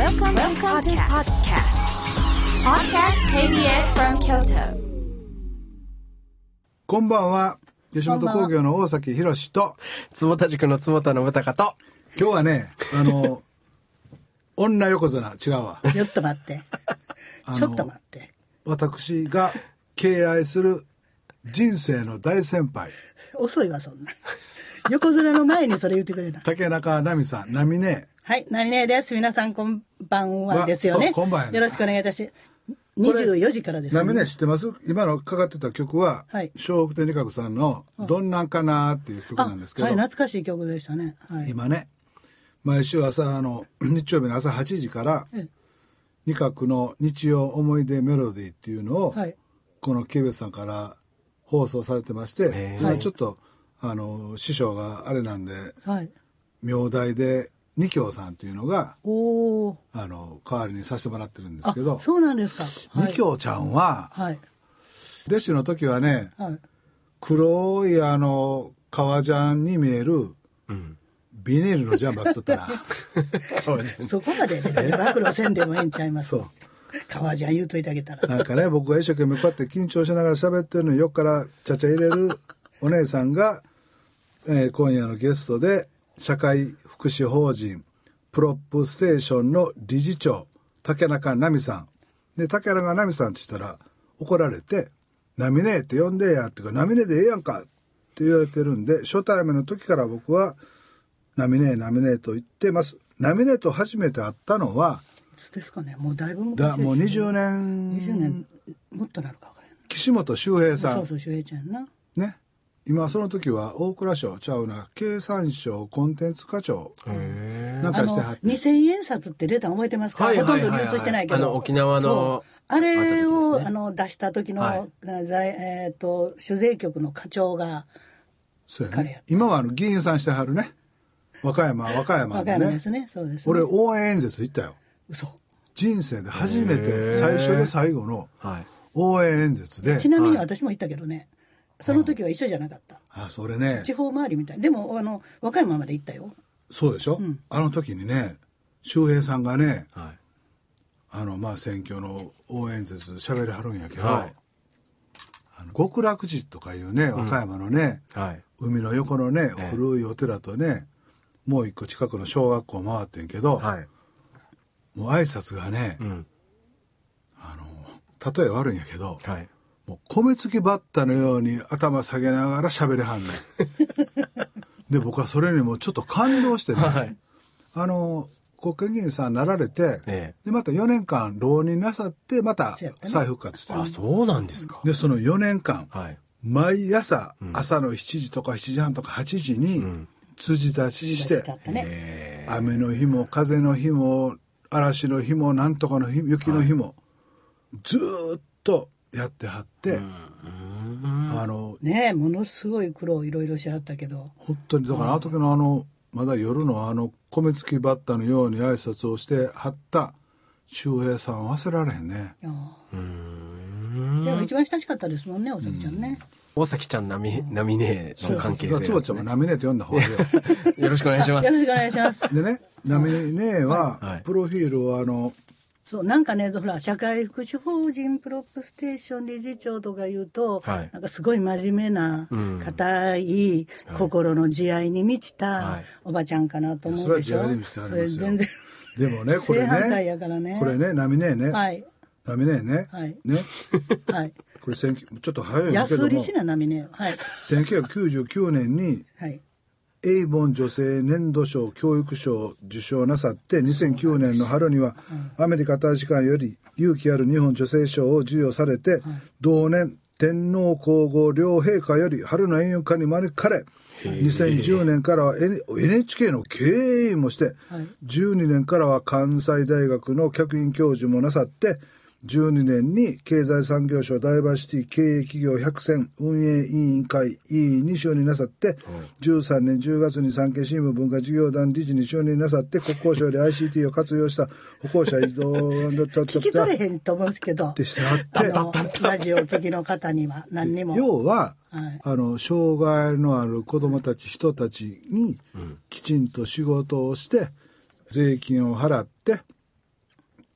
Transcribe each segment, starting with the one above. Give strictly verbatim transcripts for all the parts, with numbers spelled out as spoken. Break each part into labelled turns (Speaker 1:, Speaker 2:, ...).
Speaker 1: Welcome, Welcome to podcast. Podcast ケービーエス from Kyoto.
Speaker 2: こんばんは。吉本興業の大崎宏と
Speaker 3: 坪田塾の坪田信孝と
Speaker 2: 今日はねあの女横綱違うわ
Speaker 4: ちょっと待ってちょっと待って
Speaker 2: 私が敬愛する人生の大先輩
Speaker 4: 遅いわそんな横綱の前にそれ言ってくれな
Speaker 2: 竹中奈美さん奈美ね
Speaker 4: はい奈美ねです皆さんこんばんはですよね
Speaker 2: こんばんは
Speaker 4: よろしくお願いいたしにじゅうよじからですね。
Speaker 2: 奈美ね知ってます？今のかかってた曲は、はい、笑福亭仁鶴さんのどんなんかなっていう曲なんですけど、
Speaker 4: はい、懐かしい曲でしたね、はい、
Speaker 2: 今ね毎週朝あの日曜日の朝はちじから仁鶴の日曜思い出メロディーっていうのを、はい、この ケービーエス さんから放送されてまして、今ちょっとあの師匠があれなんで、はい、名代で二京さんっていうのがおあの代わりにさせてもらってるんですけど、
Speaker 4: そうなんですか、
Speaker 2: はい、二京ちゃんは、はい、弟子の時はね、はい、黒いあの革ジャンに見える、うん、ビニールのジャンバー着とったな
Speaker 4: そこまでね暴露せんでもええんちゃいます。そう革ジャン言うといてあげたら
Speaker 2: なんかね僕が一生懸命こうやって緊張しながら喋ってるのに横からちゃちゃ入れるお姉さんが、えー、今夜のゲストで社会福祉法人プロップステーションの理事長竹中奈美さんで、竹中奈美さんって言ったら怒られて奈美ねって呼んでやってか奈美ねでええやんかって言われてるんで、初対面の時から僕は奈美ね奈美ねと言ってます。奈美ねと初めて会ったのはい
Speaker 4: つですかね。もうだいぶ昔
Speaker 2: だもうにじゅうねん
Speaker 4: にじゅうねんもっとなるか分からない。
Speaker 2: 岸本周平さん、
Speaker 4: そうそう周平ちゃんな
Speaker 2: ね、今その時は大蔵省ちゃうな経産省コンテンツ課長なんかしてはって
Speaker 4: にせんえん札って出たの覚えてますか、はいはいはいはい、ほとんど流通してないけど
Speaker 3: あの沖縄の
Speaker 4: あれをあ、ね、あの出した時の、はい、えー、と主税局の課長が
Speaker 2: そうや、ね、今はあの議員さんしてはるね和歌山和歌山でね、
Speaker 4: 和歌山ですね、そうですね。
Speaker 2: 俺応援演説行ったよ。
Speaker 4: 嘘。
Speaker 2: 人生で初めて最初で最後の応援演説で、
Speaker 4: ちなみに私も行ったけどね、その時は一緒じゃなかった。
Speaker 2: あ、それね。
Speaker 4: 地方回りみたい。でもあの和歌山まで行ったよ。
Speaker 2: そうでしょ。うん、あの時にね、周平さんがね、はい、あのまあ選挙の応援演説喋りはるんやけど、はい、あの極楽寺とかいうね和歌山のね、うんはい、海の横のね古いお寺とね、もう一個近くの小学校回ってんけど、はい、もう挨拶がね、うん、あの例え悪いんやけど。はい、もう米付きバッタのように頭下げながら喋りはんねんで僕はそれにもちょっと感動してね、はい、あの国会議員さんなられて、ええ、でまたよねんかん浪人なさってまた再復活して、ね、
Speaker 3: あ、そうなんですか。
Speaker 2: でそのよねんかん、はい、毎朝、うん、朝のしちじとかしちじはんとかはちじに、うん、辻立ちして、ね、雨の日も風の日も嵐の日もなんとかの日雪の日も、はい、ずーっとやってはって、うん、あの
Speaker 4: ねえものすごい苦労いろいろしはったけど
Speaker 2: 本当にだからあの時のあのまだ夜のあの米付きバッタのように挨拶をしてはった周平さん忘れられへんね。
Speaker 4: うん、でも一番親しかったですもんね大崎ちゃんね。
Speaker 3: 大崎ちゃんなみなみねえの関係性、ね、
Speaker 2: つぼちゃんもなみねえって呼んだ方がいいよ
Speaker 3: よろしくお願いします。
Speaker 4: よろしくお願いします。
Speaker 2: でねなみねえは、はい、プロフィールをあの
Speaker 4: そうなんかねほら社会福祉法人プロップステーション理事長とか言うと、はい、なんかすごい真面目な固い、うん、心の慈愛に満ちたおばちゃんかなと思うでしょ。
Speaker 2: それは慈愛に満ちてありますよ。
Speaker 4: それ全然
Speaker 2: でもねこれね
Speaker 4: 正反対やからね
Speaker 2: これねなみねえね、はい、なみねえね、
Speaker 4: はい、
Speaker 2: ね
Speaker 4: はい
Speaker 2: これちょっと早いんだけども
Speaker 4: 安売りしななみねえ、はい、
Speaker 2: せんきゅうひゃくきゅうじゅうきゅうねんに、はいエイボン女性年度賞教育賞を受賞なさってにせんきゅうねんの春にはアメリカ大使館より勇気ある日本女性賞を授与されて、同年天皇皇后両陛下より春の園遊会に招かれにせんじゅうねんからは エヌエイチケー の経営員もしてじゅうにねんからは関西大学の客員教授もなさってじゅうにねんに経済産業省ダイバーシティ経営企業百選運営委員会委員に就任なさって、うん、じゅうさんねんじゅうがつに産経新聞文化事業団理事に就任なさって国交省で アイシーティー を活用した歩行者移動
Speaker 4: 聞き取れへんと思うんですけど
Speaker 2: ってしてあって
Speaker 4: あのラジオ的の方には何にも
Speaker 2: 要は、はい、あの障害のある子どもたち人たちにきちんと仕事をして税金を払って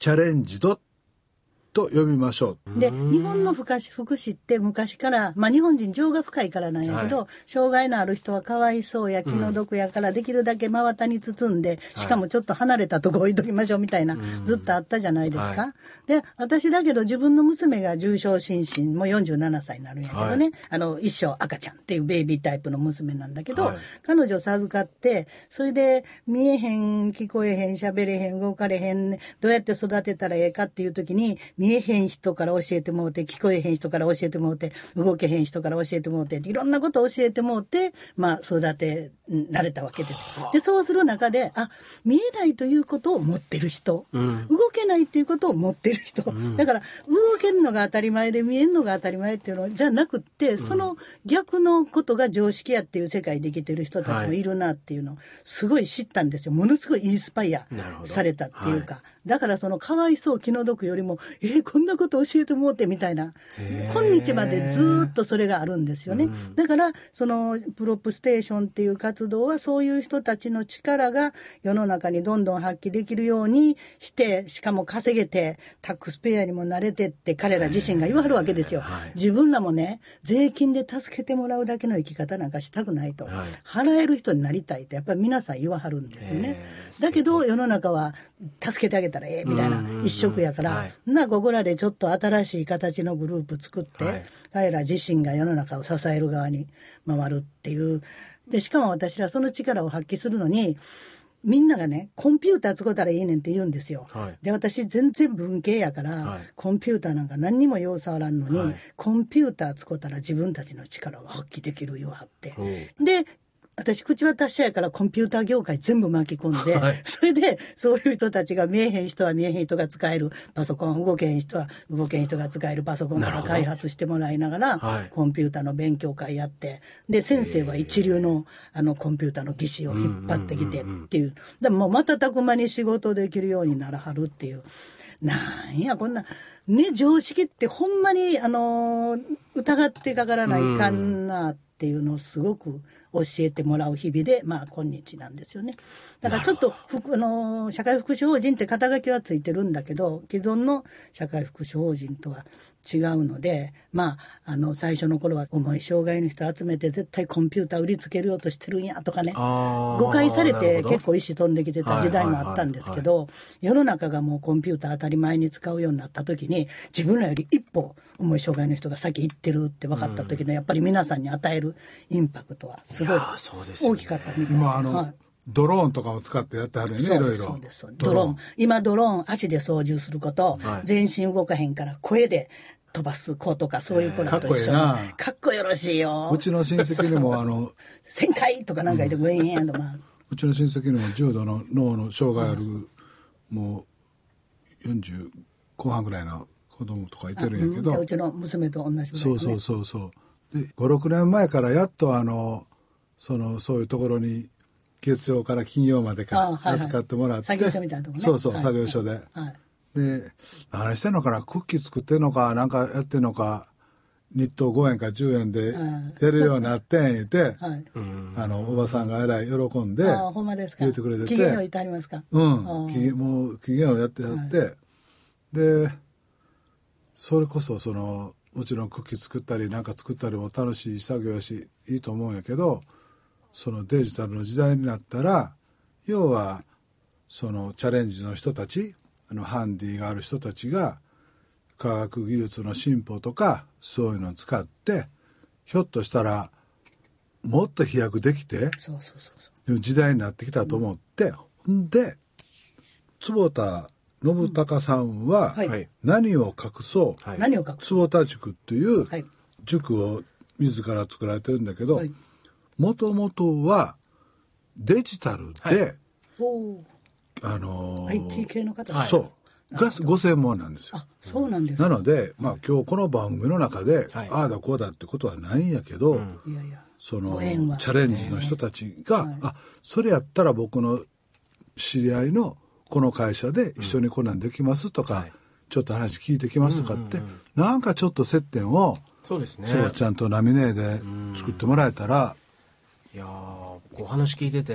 Speaker 2: チャレンジドと読みましょ
Speaker 4: う。で、日本の福祉、福祉って昔から、まあ日本人情が深いからなんやけど、はい、障害のある人はかわいそうや気の毒やから、できるだけ真綿に包んで、うん、しかもちょっと離れたとこ置いときましょうみたいな、はい、ずっとあったじゃないですか。はい、で、私だけど自分の娘が重症心身、もうよんじゅうななさいになるんやけどね、はい、あの、一生赤ちゃんっていうベイビータイプの娘なんだけど、はい、彼女授かって、それで見えへん、聞こえへん、喋れへん、動かれへん、どうやって育てたらええかっていう時に、見えへん人から教えてもうて、聞こえへん人から教えてもうて、動けへん人から教えてもうて、いろんなことを教えてもうて、まあ育てられたわけです。で、そうする中で、あ、見えないということを持ってる人、うん、動けないっていうことを持ってる人、うん、だから動けるのが当たり前で見えるのが当たり前っていうのじゃなくって、その逆のことが常識やっていう世界で生きてる人たちもいるなっていうのをすごい知ったんですよ。ものすごいインスパイアされたっていうか、はい、だからそのかわいそう気の毒よりも、えー、こんなこと教えてもうてみたいな、今日までずっとそれがあるんですよね。うん、だからそのプロップステーションっていう活動は、そういう人たちの力が世の中にどんどん発揮できるようにして、しかも稼げてタックスペアにもなれてって彼ら自身が言わはるわけですよ。はい、自分らもね、税金で助けてもらうだけの生き方なんかしたくないと、はい、払える人になりたいってやっぱり皆さん言わはるんですよね。だけど世の中は助けてあげたらええみたいな一色やから、はい、なここらでちょっと新しい形のグループ作って、はい、彼ら自身が世の中を支える側に回るっていう。でしかも私らその力を発揮するのに、みんながね、コンピューター使ったらいいねんって言うんですよ。はい、で、私全然文系やから、はい、コンピューターなんか何にもよう触らんのに、はい、コンピューター使ったら自分たちの力を発揮できるようはって。で、私口は達者やからコンピューター業界全部巻き込んで、はい、それでそういう人たちが見えへん人は見えへん人が使えるパソコン、動けへん人は動けへん人が使えるパソコンとか開発してもらいながら、はい、コンピューターの勉強会やって、で先生は一流のあのコンピューターの技師を引っ張ってきてっていう、でもう瞬く間に仕事できるようにならはるっていう、なんやこんなね、常識ってほんまにあの疑ってかからないかんなっていうのをすごく教えてもらう日々で、まあ今日なんですよね。だからちょっとあの社会福祉法人って肩書きはついてるんだけど、既存の社会福祉法人とは違うので、まああの最初の頃は重い障害の人集めて絶対コンピューター売りつけるようとしてるんやとかね、誤解されて結構石飛んできてた時代もあったんですけど、世の中がもうコンピューター当たり前に使うようになった時に、自分らより一歩重い障害の人が先行ってるって分かった時の、やっぱり皆さんに与えるインパクトはすごい大きかったみたいな。
Speaker 2: 今あの、はい、ドローンとかを使ってやってはるよね、いろいろ。
Speaker 4: そうです、そうです。ドローン。今ドローン足で操縦すること、はい、全身動かへんから声で飛ばす子とか、そういう子らと一緒に。かっこいいな。かっこよろしいよ。
Speaker 2: うちの親戚にもあの
Speaker 4: 旋回とかなんか言って、ウェインとか。
Speaker 2: うちの親戚にも重度の脳の障害ある、うん、もうよんじゅうこう半ぐらいの子供とかいてるんやけど、
Speaker 4: うん、うちの娘と同じぐらい、ね、
Speaker 2: そうそうそうそうでごろくねんまえからやっとあのそのそういうところに月曜から金曜までから預かってもらって、
Speaker 4: はいはい、作業所みたいなとこね、
Speaker 2: そうそう、はい、作業所で、
Speaker 4: はい、
Speaker 2: で何してんのかな、クッキー作ってんのかなんかやってんのか、日当ごえんかじゅうえんでやるようになってん言って、はい、あのおばさんがえらい喜んで言ってくれてて、
Speaker 4: 期限を言ってありますか。
Speaker 2: うん、もう期限をやってやって、はい、でそれこそそのもちろんクッキー作ったりなんか作ったりも楽しい作業やしいいと思うんやけど、そのデジタルの時代になったら、要はそのチャレンジの人たち、あのハンディがある人たちが科学技術の進歩とかそういうのを使って、ひょっとしたらもっと飛躍できて
Speaker 4: そうそうそうそう
Speaker 2: 時代になってきたと思って、うん、で坪田信孝さんは何を隠そう、
Speaker 4: はい、
Speaker 2: 坪田塾っていう塾を自ら作られてるんだけど、もともとはデジタルで、はい、あのー、
Speaker 4: アイティー 系の方、
Speaker 2: そうがご専門なんですよ。
Speaker 4: あ、そうなんですか。
Speaker 2: なので、まあ、今日この番組の中で、はい、ああだこうだってことはないんやけど、うん、そのチャレンジの人たちが、ね、あ、それやったら僕の知り合いのこの会社で一緒にこんなんできますとか、うん、ちょっと話聞いてきますとかって、うんうんうん、なんかちょっと接点を
Speaker 3: そうですね、
Speaker 2: そうちゃんとナミネーで作ってもらえたら、
Speaker 3: いやお話聞いてて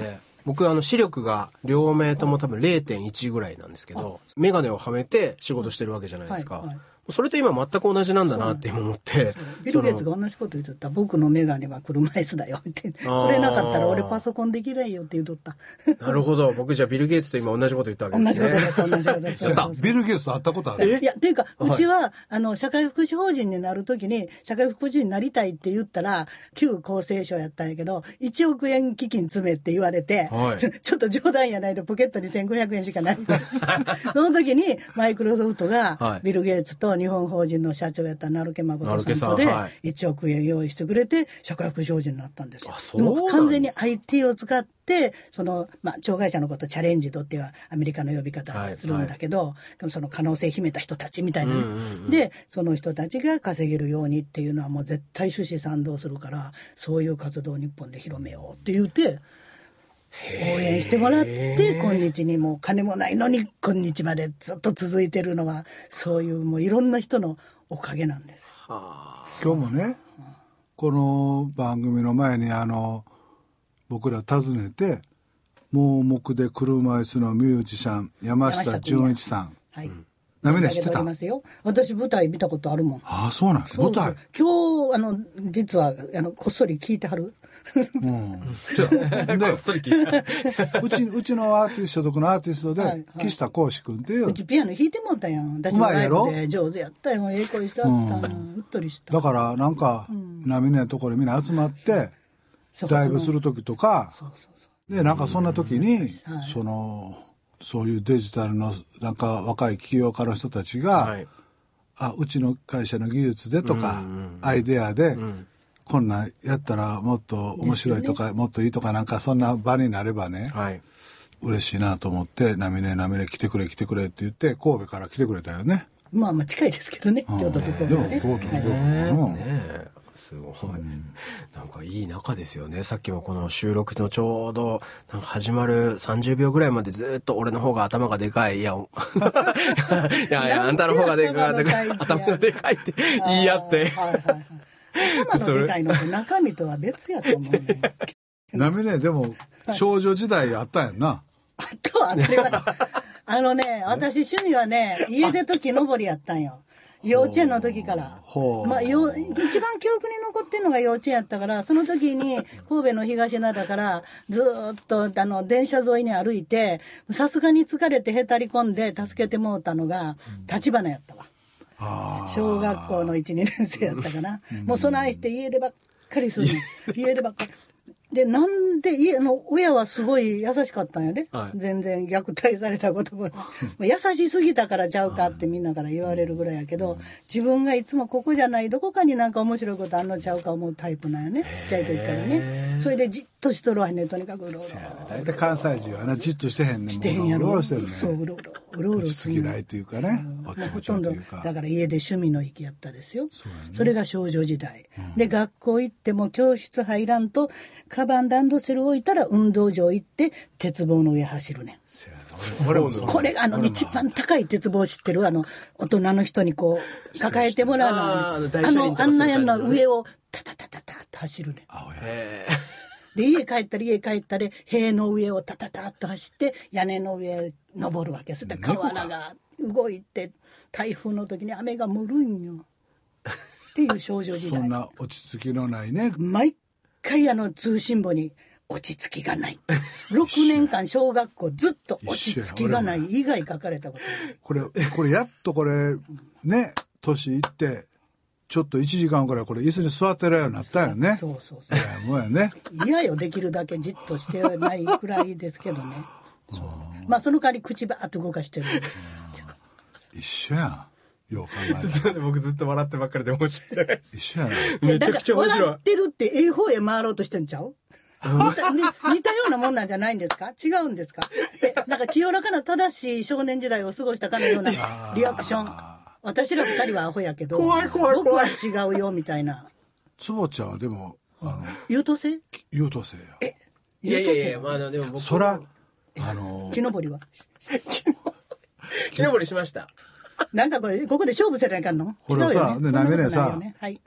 Speaker 3: 僕あの視力が両目とも多分 れいてんいち ぐらいなんですけど、メガネをはめて仕事してるわけじゃないですか。はいはい、それと今全く同じなんだなって思って。
Speaker 4: ビル・ゲイツが同じこと言っとった。僕のメガネは車椅子だよって。それなかったら俺パソコンできないよって言っとった。
Speaker 3: なるほど。僕じゃあビル・ゲイツと今同じこと言ったわけですね。
Speaker 4: 同じことです、同じことです。そうそうそう
Speaker 2: ビル・ゲイツと会ったことある？
Speaker 4: いや、っていうか、うちは、はい、あの、社会福祉法人になるときに、社会福祉になりたいって言ったら、旧厚生省やったんやけど、いちおくえん基金詰めって言われて、はい、ちょっと冗談やないとポケットにせんごひゃくえんしかない。その時に、マイクロソフトが、ビル・ゲイツと日本法人の社長やった成毛誠さんとでいちおくえん用意してくれて社会福祉法人になったんですよ。でも完全に アイティー を使ってその、まあ、障害者のことチャレンジドっていうアメリカの呼び方するんだけど、はいはい、その可能性秘めた人たちみたいなね、うんうんうん、でその人たちが稼げるようにっていうのはもう絶対趣旨賛同するからそういう活動を日本で広めようって言って応援してもらって今日にもう金もないのに今日までずっと続いてるのはそういうもういろんな人のおかげなんですよ。
Speaker 2: 今日もね、この番組の前にあの僕ら訪ねて盲目で車椅子のミュージシャン山下純一さん、はい、なめね知ってた？
Speaker 4: 私舞台見たことあるもん。
Speaker 2: ああそうなんです。舞台
Speaker 4: 今日あの実はあのこっそり聞いてはる。うん、
Speaker 2: でうちうちのアーティストとこのアーティストで、はいはい、岸田浩司君っていう
Speaker 4: うちピアノ弾いてもったやん。私のライブで上手やったよ。ええ声してあった、うん、うっとりした。
Speaker 2: だからなんか、うん、なみねのところにみんな集まってライブする時とかそうそうそうでなんかそんな時に、はい、そのそういうデジタルのなんか若い起業家の人たちが、はい、あうちの会社の技術でとか、うんうん、アイデアで、うんこんなんやったらもっと面白いとか、ね、もっといいとかなんかそんな場になればね、はい、嬉しいなと思ってなみねなみね来てくれ来てくれって言って神戸から来てくれたよね。
Speaker 4: まあまあ近いですけどね、京都と神戸はね。
Speaker 2: 京都と京都の
Speaker 3: ねすごい、うん、なんかいい中ですよね。さっきもこの収録のちょうどなんか始まるさんじゅうびょうぐらいまでずっと俺の方が頭がでかいいやいやいやあんたの方がでかい頭がでかいって言い合って。はいはいはい
Speaker 4: 頭のでかいのと中身とは別やと思うね。
Speaker 2: なみねでも少女時代あったんやんな。
Speaker 4: あとは当たり前。あのね私趣味はね家出と木登りやったんよ。幼稚園の時から。まあ、よ一番記憶に残ってるのが幼稚園やったからその時に神戸の東灘からずっとあの電車沿いに歩いてさすがに疲れてへたり込んで助けてもうたのが立花やったわ。小学校のいち、にねん生やったかな、うん、もうそないして家でばっかりする家でばっかりでなんで家の親はすごい優しかったんやで、はい、全然虐待されたことも優しすぎたからちゃうかってみんなから言われるぐらいやけど、うん、自分がいつもここじゃないどこかになんか面白いことあんのちゃうか思うタイプなんやねちっちゃい時からね。それでじっとしとるわねとにかくうろうろ。
Speaker 2: 大体関西人はなじっとしてへんねん。
Speaker 4: してへんやろ。
Speaker 2: うろうろしてるね。
Speaker 4: そううろうろうろうろ
Speaker 2: 落ち着きないというかね、
Speaker 4: うん、ほとんどだから家で趣味の域やったですよ。 そ,、ね、それが少女時代、うん、で学校行っても教室入らんとカバンランドセル置いたら運動場行って鉄棒の上走るね。これがあの一番高い鉄棒知ってるあの大人の人にこう抱えてもらうのああのあんなやんの上をタタタタタって走るね。へで家帰ったら家帰ったら塀の上をタタタッと走って屋根の上登るわけ。そしたら瓦が動いて台風の時に雨が降るんよっていう少女時代。
Speaker 2: そんな落ち着きのないね。
Speaker 4: 毎回あの通信簿に落ち着きがないろくねんかん小学校ずっと落ち着きがない以外書かれたこと
Speaker 2: これこれやっとこれね年いってちょっといちじかんくらいこれ椅子に座ってるようになったよね。
Speaker 4: そうそうそう。
Speaker 2: いやもうやね。
Speaker 4: 嫌よできるだけじっとしてないくらいですけどね。そうまあその代わり口ばーっと動かしてる。
Speaker 2: 一緒やん。よう考えた。
Speaker 3: すみません僕ずっと笑ってばっかりで申し訳ないです。
Speaker 2: 一緒やん。
Speaker 3: めちゃくちゃ面白い。
Speaker 4: 笑ってるってええ方へ回ろうとしてんちゃう？似た、似たようなもんなんじゃないんですか？違うんですか？なんか清らかな正しい少年時代を過ごしたかのようなリアクション。私ら二人はアホやけど
Speaker 3: 怖い怖い
Speaker 4: 僕は違うよみたいな。
Speaker 2: 坪ちゃんはでもあの
Speaker 4: 優等生？
Speaker 2: 優等生や。
Speaker 4: え
Speaker 3: いやいやいやまあでも僕
Speaker 2: そらあの
Speaker 4: 木登りは
Speaker 3: 木登りしました。
Speaker 4: なんかこれここで勝負せなあかんの？
Speaker 2: ほらさ、ね、なめねさ、
Speaker 4: はい、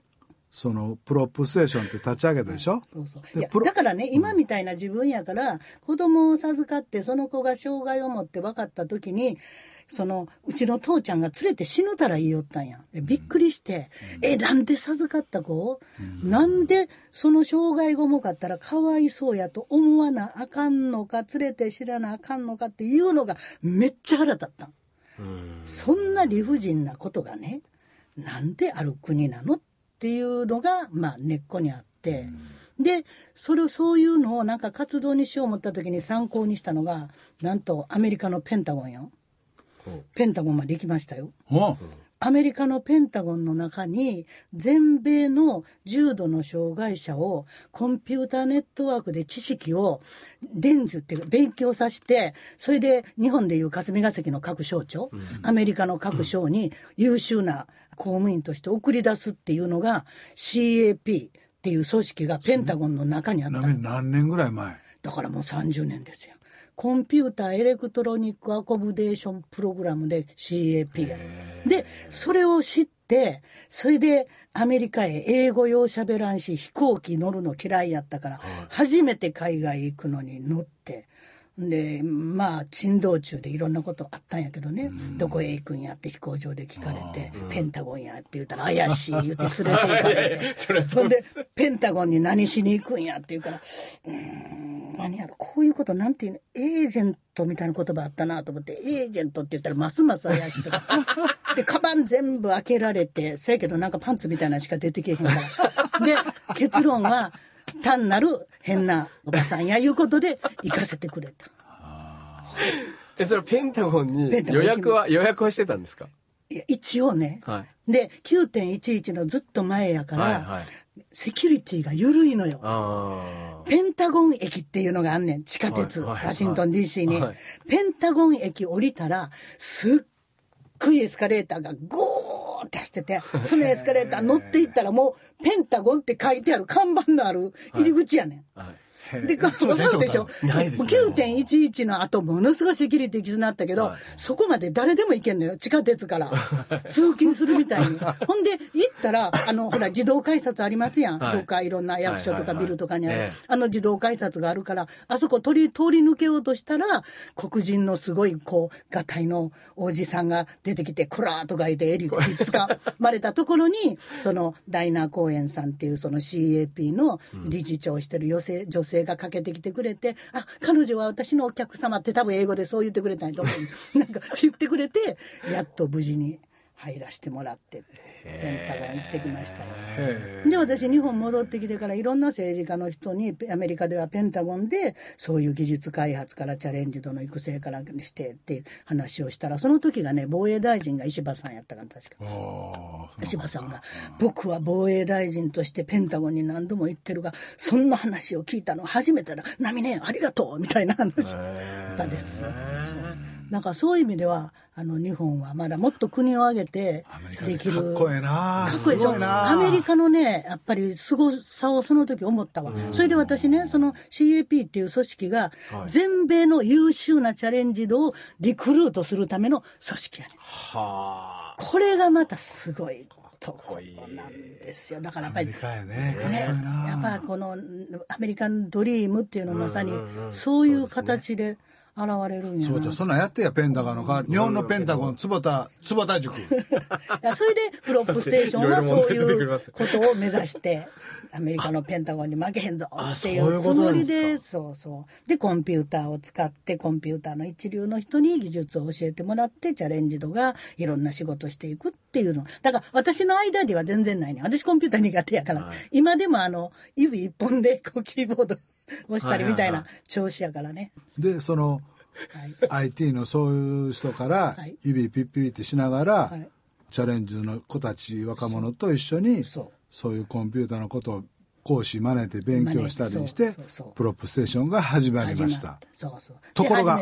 Speaker 2: そのプロップステーションって立ち上げたでしょ、うん、
Speaker 4: そうそういやだからね今みたいな自分やから、うん、子供を授かってその子が障害を持って分かった時にそのうちの父ちゃんが連れて死ぬたら言いよったんや。でびっくりして、うん、えなんで授かった子、うん、なんでその障害が重かったらかわいそうやと思わなあかんのか連れて知らなあかんのかっていうのがめっちゃ腹立ったん、うん、そんな理不尽なことがねなんである国なのっていうのが、まあ、根っこにあって、うん、でそれをそういうのをなんか活動にしよう思った時に参考にしたのがなんとアメリカのペンタゴンよ。ペンタゴンまで行きましたよ。アメリカのペンタゴンの中に全米の重度の障害者をコンピューターネットワークで知識を伝授っていう勉強させてそれで日本でいう霞が関の各省庁、うん、アメリカの各省に優秀な公務員として送り出すっていうのが シーエーピー っていう組織がペンタゴンの中にあった。
Speaker 2: 何年ぐらい前？
Speaker 4: だからもうさんじゅうねんですよ。コンピューターエレクトロニックアコモデーションプログラムで シーエーピー やでそれを知ってそれでアメリカへ英語よう喋らんし飛行機乗るの嫌いやったから、はい、初めて海外行くのに乗ってでまあ珍道中でいろんなことあったんやけどね、うん、どこへ行くんやって飛行場で聞かれて、うん、ペンタゴンやって言ったら怪しい言って連れて行かれてそ, そんでペンタゴンに何しに行くんやって言うからうーん何やろこういうことなんていうのエージェントみたいな言葉あったなと思ってエージェントって言ったらますます怪しいとかでカバン全部開けられてそやけどなんかパンツみたいなのしか出てけへんからで結論は単なる変なおばさんやいうことで行かせてくれた。
Speaker 3: えそれペンタゴンに予約は予約はしてたんですか？
Speaker 4: いや一応ね、はい、で きゅうてんいちいち のずっと前やから、はいはい、セキュリティが緩いのよ。あペンタゴン駅っていうのがあんねん地下鉄、はいはいはい、ワシントン ディーシー に、はい、ペンタゴン駅降りたらすっごいエスカレーターがゴーって走っててそのエスカレーター乗っていったらもうペンタゴンって書いてある看板のある入り口やねん、はいはいでか分かるでしょ。ね、きゅうてんいちいち の後ものすごいセキュリティ絆あったけど、はい、そこまで誰でも行けんのよ地下鉄から通勤するみたいにほんで行ったらあのほら自動改札ありますやん、はい、どっかいろんな役所とかビルとかにある、はいはいはい、あの自動改札があるからあそこ通り通り抜けようとしたら黒人のすごいこうがたいのおじさんが出てきてクラーとか言って襟つかまれたところにそのダイナー公園さんっていうその シーエーピー の理事長をしてる女性、女性がかけてきてくれてあ彼女は私のお客様って多分英語でそう言ってくれたんやと思うなんか言ってくれてやっと無事に入らせてもらってペンタゴン行ってきましたよ。で私日本戻ってきてからいろんな政治家の人にアメリカではペンタゴンでそういう技術開発からチャレンジ度の育成からしてっていう話をしたらその時がね防衛大臣が石破さんやったかな確か石破さんが僕は防衛大臣としてペンタゴンに何度も言ってるがそんな話を聞いたの初めてだナミネありがとうみたいな話だです。なんかそういう意味ではあの日本はまだもっと国を挙げてできる
Speaker 2: かっこええな
Speaker 4: かっこいいでしょ。アメリカのねやっぱり凄さをその時思ったわ。それで私ねその シーエーピー っていう組織が全米の優秀なチャレンジ度をリクルートするための組織やね、はあ、これがまたすごいところなんですよ。だからやっぱり ね, ねやっぱこのアメリカンドリームっていうのはまさにそういう形で現れるんやな。
Speaker 2: そうじゃそんなんやってやペンタゴンのか日本のペンタゴン坪田坪田塾い
Speaker 4: やそれでプロップステーションはそういうことを目指してアメリカのペンタゴンに負けへんぞっていうつもりでそうそうでコンピューターを使ってコンピューターの一流の人に技術を教えてもらってチャレンジ度がいろんな仕事していくっていうのだから私の間では全然ないね。私コンピューター苦手やから、はい、今でもあの指一本でこうキーボード押したりみたいな調子やからね。
Speaker 2: でその、はい、アイティー のそういう人から指ピッピッってしながら、はい、チャレンジの子たち若者と一緒にそう、そういうコンピューターのことを講師真似て勉強したりしてプロップステーションが始まりました。
Speaker 4: そうそう
Speaker 2: ところが、
Speaker 4: はい、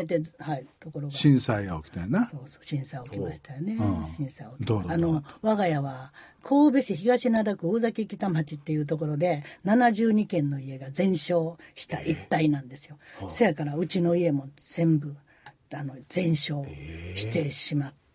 Speaker 4: ところが
Speaker 2: 震災が起きたよな。
Speaker 4: そうそう震災起きましたよね、うん、震災起きた。あの我が家は神戸市東灘区大崎北町っていうところでななじゅうにけんの家が全焼した一帯なんですよ、えー、せやからうちの家も全部あの全焼してしまって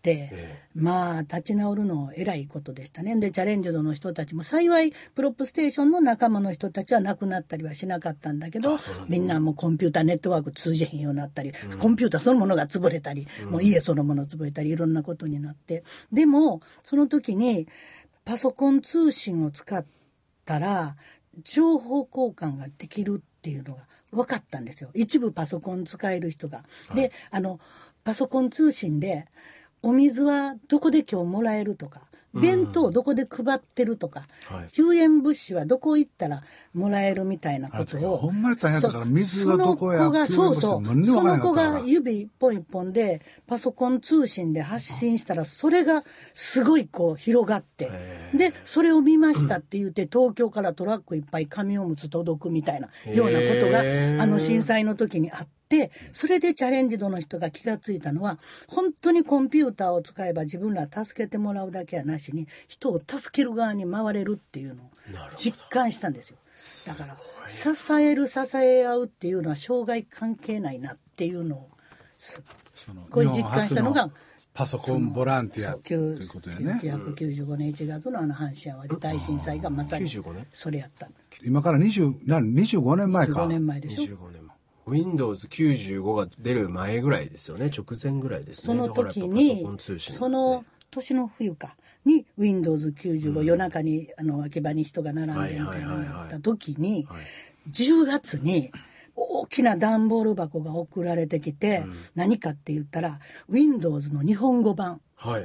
Speaker 4: て、えー、まあ立ち直るのえらいことでしたね。でチャレンジドの人たちも幸いプロップステーションの仲間の人たちは亡くなったりはしなかったんだけど、みんなもうコンピューターネットワーク通じへんようになったり、うん、コンピューターそのものが潰れたり、うん、もう家そのもの潰れたりいろんなことになって、でもその時にパソコン通信を使ったら情報交換ができるっていうのが分かったんですよ。一部パソコン使える人が。で、はい、あのパソコン通信でお水はどこで今日もらえるとか、弁当どこで配ってるとか、うん、はい、救援物資はどこ行ったらもらえるみたいなことを、
Speaker 2: ほんまに大変だから水がどこや、
Speaker 4: そうそう、その子が指一本一本でパソコン通信で発信したら、それがすごいこう広がって、でそれを見ましたって言って、東京からトラックいっぱい紙おむつ届くみたいなようなことがあの震災の時にあって、でそれでチャレンジドの人が気がついたのは、本当にコンピューターを使えば自分ら助けてもらうだけはなしに、人を助ける側に回れるっていうのを実感したんですよ。だから支える支え合うっていうのは障害関係ないなっていうのをこういう実感したのが
Speaker 2: パソコンボランティアということだよね。
Speaker 4: せんきゅうひゃくきゅうじゅうごねんいちがつのあの阪神・淡路大震災がまさにそれやったんだ。
Speaker 2: 今からにじゅう、にじゅうごねんまえか。
Speaker 4: にじゅうごねんまえでしょ。
Speaker 3: にじゅうごねんまえ ウィンドウズきゅうじゅうご が出る前ぐらいですよね。直前ぐらいですね。
Speaker 4: その時に、ね、その年の冬かに ウィンドウズきゅうじゅうご、うん、夜中にあの秋葉に人が並んでみたいなのがあった時に、じゅうがつに大きな段ボール箱が送られてきて、うん、何かって言ったら ウィンドウズ の日本語版、はい、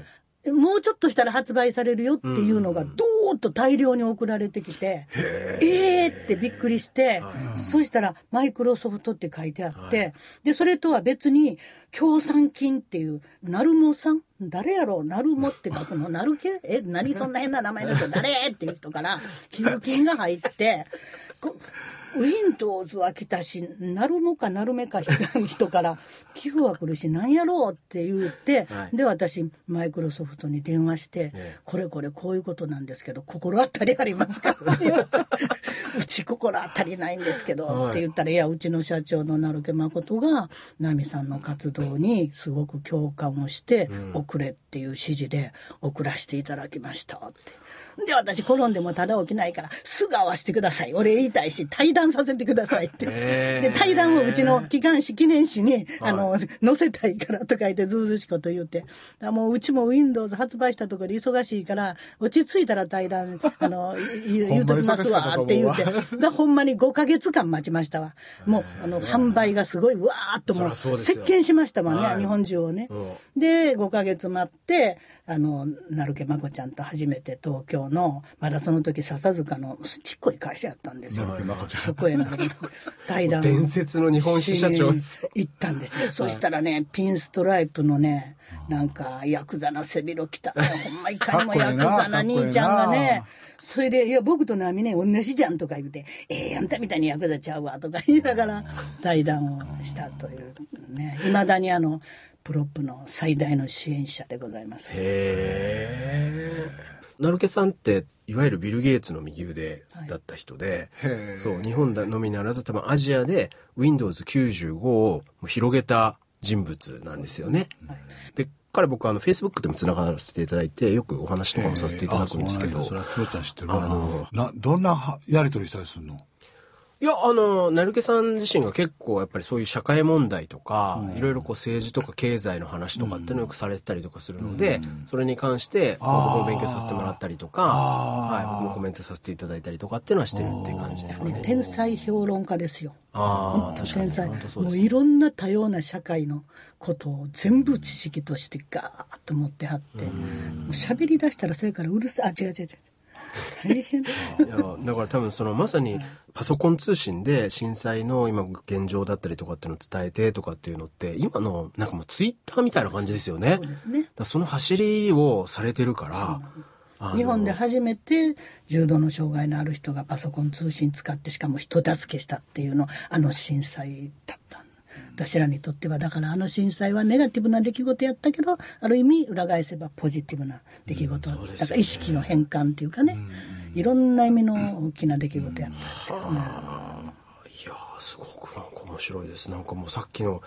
Speaker 4: もうちょっとしたら発売されるよっていうのがドーッと大量に送られてきて、うん、えーってびっくりして、うん、そしたらマイクロソフトって書いてあって、はい、でそれとは別に協賛金っていうナルモさん、誰やろう、ナルモって書くの、ナルケ、え何そんな変な名前の人誰っていう人から寄付金が入ってウィンドウズは来たし、なるもかなるめか人から寄付は来るし、何やろうって言って、はい、で私マイクロソフトに電話して、ええ、これこれこういうことなんですけど心当たりありますかって言ったうち心当たりないんですけど、はい、って言ったら、いやうちの社長の成毛誠が奈美さんの活動にすごく共感をして、うん、送れっていう指示で送らせていただきましたって。で私転んでもただ起きないからすぐ会わせてください、俺言いたいし対談させてくださいって、えー、で対談をうちの機関誌記念誌に、はい、あの載せたいからとか言ってずうずうしいこと言うて、だもううちも Windows 発売したところで忙しいから落ち着いたら対談あの言うときますわって言うてだほんまにごかげつかん待ちましたわ。もうあの販売がすごいわーっともう席巻しましたもんね、はい、日本中をね、うん、でごかげつ待ってあの成毛まこちゃんと初めて東京のまだその時笹塚のちっこい会社やったんですよ。そこへな対談
Speaker 3: 伝説の日本支社長です
Speaker 4: 行ったんですよ、はい、そしたらねピンストライプのねなんかヤクザな背広着たねほんまいかにもヤクザな兄ちゃんがねそれでいや僕とナミね同じじゃんとか言うてえー、あんたみたいにヤクザちゃうわとか言いながら対談をしたというね、いまだにあのプロップの最大の支援者でございます。
Speaker 3: へー。成毛さんっていわゆるビル・ゲイツの右腕だった人で、はい、そう日本のみならず多分アジアで ウィンドウズきゅうじゅうご を広げた人物なんですよね。はい、で彼僕あの Facebook でもつながらせていただいてよくお話とかもさせていただくんですけど、
Speaker 2: それはクロちゃん知ってるあのなどんなやり取りしたりするの？
Speaker 3: いや、あの、成毛さん自身が結構やっぱりそういう社会問題とか、うん、いろいろこう政治とか経済の話とかっていうのをよくされてたりとかするので、うん、それに関して、僕も勉強させてもらったりとか、はい、僕もコメントさせていただいたりとかっていうのはしてるっていう感じですかね。
Speaker 4: 天才評論家ですよ。ああ、天才。もういろんな多様な社会のことを全部知識としてガーッと持ってはって、もう喋り出したらそれからうるさい、あ、違う違う違う。大変だ。い
Speaker 3: やだから多分そのまさにパソコン通信で震災の今現状だったりとかっていうのを伝えてとかっていうのって今のなんかもうツイッターみたいな感じですよね。そうですね。だその走りをされてるから
Speaker 4: 日本で初めて重度の障害のある人がパソコン通信使ってしかも人助けしたっていうのあの震災だった私らにとってはだからあの震災はネガティブな出来事やったけどある意味裏返せばポジティブな出来事、うんね、だから意識の変換っていうかね、うん、いろんな意味の大きな出来事やったんですよ、うん、い
Speaker 3: やすごくなんか面白いです。なんかもうさっきの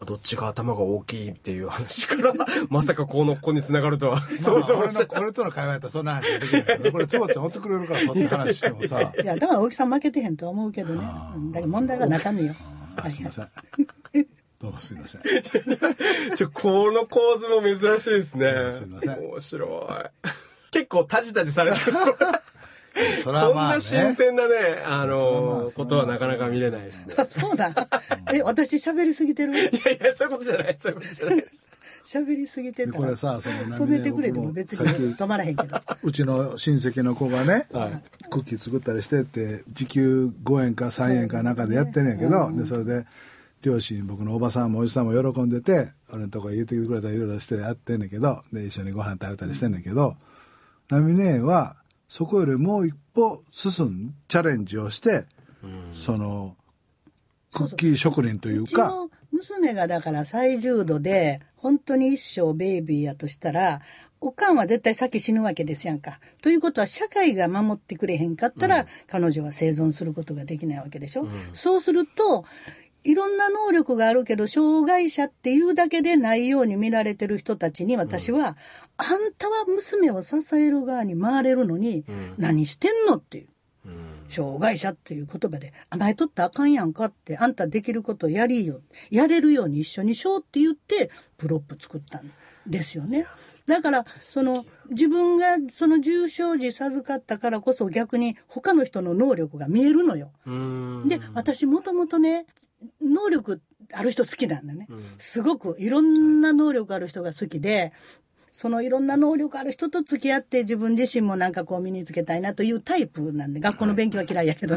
Speaker 3: どっちが頭が大きいっていう話からまさかこの子に繋がるとは想像
Speaker 2: 俺の俺との会話やったらそんな話できないからこれつぼちゃんおってくれるからそんな話してもさ
Speaker 4: いやだから大きさ負けてへんとは思うけどね。だけど問題は中身よ。
Speaker 2: あすいませんどうもすいません
Speaker 3: ちょこの構図も珍しいですね。
Speaker 2: すいません
Speaker 3: 面白い結構タジタジされてる
Speaker 2: それはまあ、ね、
Speaker 3: こんな新鮮なね、あの、
Speaker 2: まあ
Speaker 3: ことはなかなか見れないですね。
Speaker 4: そうだ。え、私喋りすぎてる？い
Speaker 3: やいや、そういうことじゃない、そういうことじゃないです。
Speaker 4: 喋りすぎてたら。
Speaker 2: これさ、その
Speaker 4: 止めてくれても別に止まらへんけど。
Speaker 2: うちの親戚の子がね、
Speaker 3: はい、
Speaker 2: クッキー作ったりしてって、時給ごえんかさんえんかなんかでやってんねんけど、うん、で、それで、両親、僕のおばさんもおじさんも喜んでて、俺のとこ言ってきてくれたらいろいろしてやってんねんけど、で、一緒にご飯食べたりしてんねんけど、ナミネは、そこよりもう一歩進んチャレンジをして、うん、そのクッキー職人というか、
Speaker 4: うちの娘がだから最重度で本当に一生ベイビーやとしたらおかんは絶対先死ぬわけですやんか。ということは社会が守ってくれへんかったら、うん、彼女は生存することができないわけでしょ、うん、そうするといろんな能力があるけど障害者っていうだけでないように見られてる人たちに私は、うん、あんたは娘を支える側に回れるのに、うん、何してんのっていう、うん、障害者っていう言葉で甘えとったらあかんやんかって、あんたできることをやりよ、やれるように一緒にしようって言ってプロップ作ったんですよね。だからその自分がその重症児授かったからこそ逆に他の人の能力が見えるのよ。で、私もともとね能力ある人好きなんだね、うん、すごくいろんな能力ある人が好きで、そのいろんな能力ある人と付き合って自分自身もなんかこう身につけたいなというタイプなんで、学校の勉強は嫌いやけど、はい、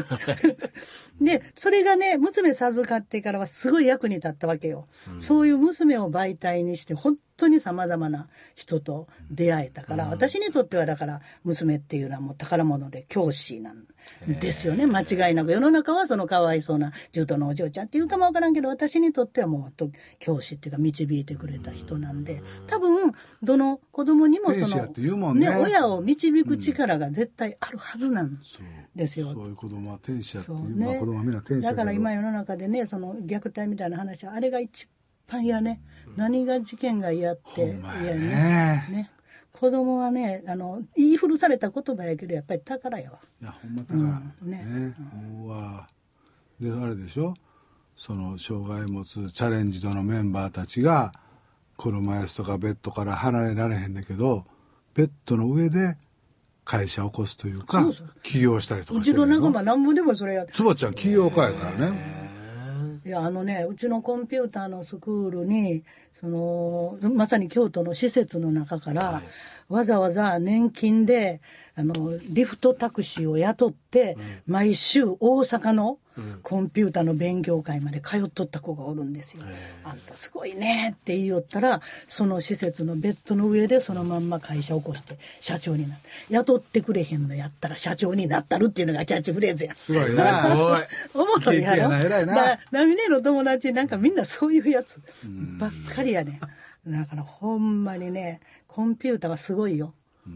Speaker 4: でそれがね娘授かってからはすごい役に立ったわけよ、うん、そういう娘を媒体にして本当にさまざまな人と出会えたから、うん、私にとってはだから娘っていうのはもう宝物で教師なんですよね、間違いなく。世の中はそのかわいそうな重度のお嬢ちゃんっていうかもわからんけど、私にとってはもう教師っていうか導いてくれた人なんで、多分どの子供にもその、ね、親を導く力が絶対あるはずなんですよ、うん、
Speaker 2: そう、そういう子供は天使やっていう、ね、まあ、子供はみんな天使やけど、
Speaker 4: だから今世の中でねその虐待みたいな話あれが一番嫌ね、うん、何が事件が嫌って嫌ねね、子供はねあの言い古された言葉やけどやっぱり宝やわ。
Speaker 2: いやほんま宝、うんねね、うん、うわであれでしょ、その障害持つチャレンジドのメンバーたちが車椅子とかベッドから離れられへんだけどベッドの上で会社を起こすというか、そうそう起業したりとかしてるの。
Speaker 4: うちの仲間なんぼでもそれや
Speaker 2: つぼちゃん起業家やからね。
Speaker 4: いやあのねうちのコンピューターのスクールにそのまさに京都の施設の中から、はい、わざわざ年金であのリフトタクシーを雇って、うん、毎週大阪のコンピューターの勉強会まで通っとった子がおるんですよ、うん、あんたすごいねって言いよったらその施設のベッドの上でそのまんま会社を起こして社長になって、雇ってくれへんのやったら社長になったるっていうのがキャッチフレーズや。
Speaker 2: すごいな
Speaker 4: 思ったんやろ。だナミネの友達なんかみんなそういうやつばっかりやね。だからほんまにねコンピューターはすごいよ。うん、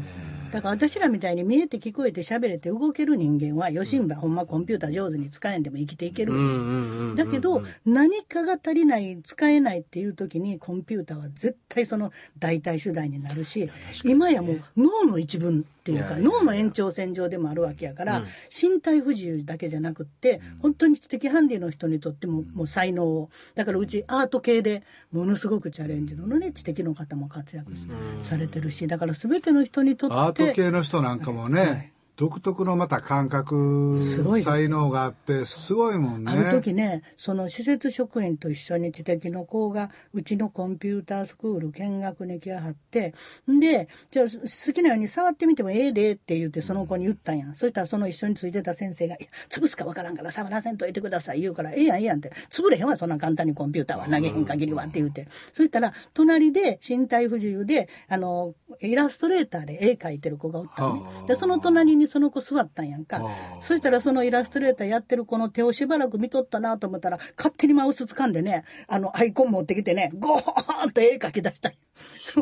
Speaker 4: だから私らみたいに見えて聞こえて喋れて動ける人間はよしんばほんまコンピューター上手に使えんでも生きていける、だけど何かが足りない使えないっていう時にコンピューターは絶対その代替手段になるし、今やもう脳の一部っていうか脳の延長線上でもあるわけやから、身体不自由だけじゃなくって本当に知的ハンディの人にとってももう才能を、だからうちアート系でものすごくチャレンジのね知的の方も活躍されてるし、だから全ての人にとって
Speaker 2: アート系の人なんかもね、はい、独特のまた感覚才能があってすごいもんね。
Speaker 4: ある時ねその施設職員と一緒に知的の子がうちのコンピュータースクール見学に来はってでじゃあ好きなように触ってみてもええでって言ってその子に言ったんや、うん、そしたらその一緒についてた先生がいや潰すかわからんから触らせんといてください言うからええやんええやんって潰れへんわそんな簡単にコンピューターは投げへん限りはって言って、そしたら隣で身体不自由であのイラストレーターで絵描いてる子がおったのね。でその隣にその子座ったんやんか。そしたらそのイラストレーターやってる子の手をしばらく見とったなと思ったら勝手にマウス掴んでねあのアイコン持ってきてねゴーンと絵描き出したんや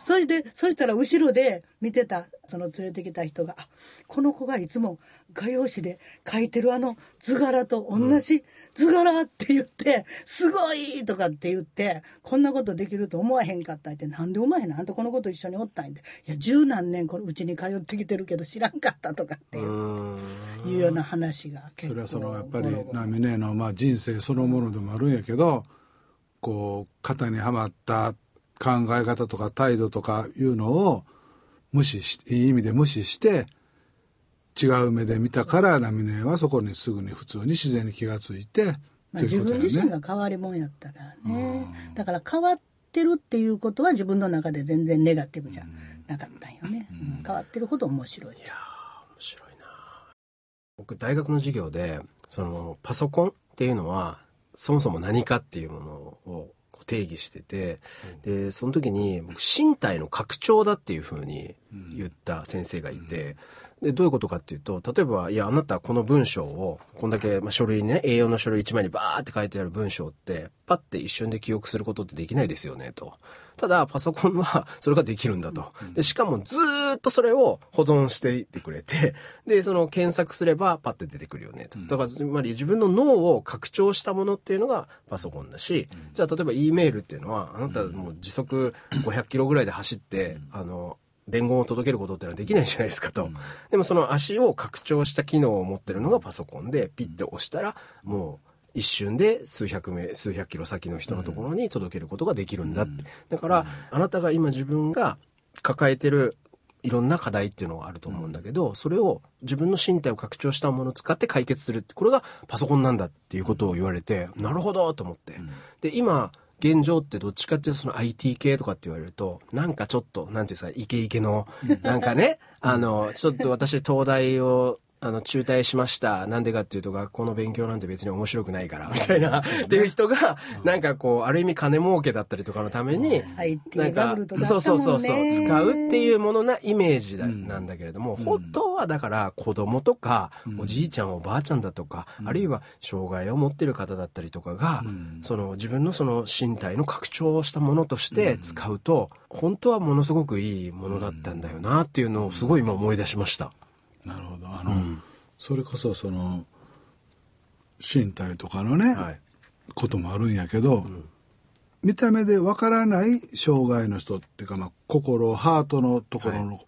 Speaker 4: そしてそしたら後ろで見てたその連れてきた人が、あ、この子がいつも画用紙で描いてるあの図柄と同じ図柄って言って、うん、すごいとかって言って、こんなことできると思わへんかったって、なんで思わへんの、あんたこの子と一緒におったんで、いや十何年このうちに通ってきてるけど知らんかったとかっていう、いうような話が結構。
Speaker 2: それはそのやっぱりナミネのまあ人生そのものでもあるんやけど、こう型にはまった考え方とか態度とかいうのを無視し、いい意味で無視して違う目で見たから、ナミネはそこにすぐに普通に自然に気がついて、
Speaker 4: まあ、自分自身が変わりもんやったらね、だから変わってるっていうことは自分の中で全然ネガティブじゃなかったんよね、うんうん、変わってるほど面白い。
Speaker 3: いや面白いな。僕大学の授業でそのパソコンっていうのはそもそも何かっていうものを定義してて、でその時に僕身体の拡張だっていう風に言った先生がいて、でどういうことかっていうと、例えばいやあなたこの文章をこんだけ、まあ、書類ね エーよん の書類いちまいにバーって書いてある文章ってパッて一瞬で記憶することってできないですよねと。ただパソコンはそれができるんだと。でしかもずーっとそれを保存していってくれて、でその検索すればパッて出てくるよねと。だからつまり自分の脳を拡張したものっていうのがパソコンだし、じゃあ例えば E メールっていうのはあなたもう時速ごひゃくキロぐらいで走ってあの伝言を届けることってのはできないじゃないですかと、うん、でもその足を拡張した機能を持ってるのがパソコンで、ピッて押したらもう一瞬で数百名数百キロ先の人のところに届けることができるんだって。だからあなたが今自分が抱えてるいろんな課題っていうのがあると思うんだけど、それを自分の身体を拡張したものを使って解決するって、これがパソコンなんだっていうことを言われて、なるほどと思って、で今現状ってどっちかっていうとその アイティー 系とかって言われるとなんかちょっとなんていうんですか、イケイケのなんかねあのちょっと私東大をあの中退しました、なんでかっていうと学校の勉強なんて別に面白くないからみたいなっていう人がなんかこうある意味金儲けだったりとかのためになんかそうそうそうそう使うっていうものなイメージだなんだけれども、本当はだから子供とかおじいちゃんおばあちゃんだとか、あるいは障害を持ってる方だったりとかがその自分のその身体の拡張をしたものとして使うと本当はものすごくいいものだったんだよなっていうのをすごい今思い出しました。
Speaker 2: なるほど。あの、うん、それこそその身体とかのね、はい、こともあるんやけど、うん、見た目でわからない障害の人っていうか、まあ、心ハートのところの、はい、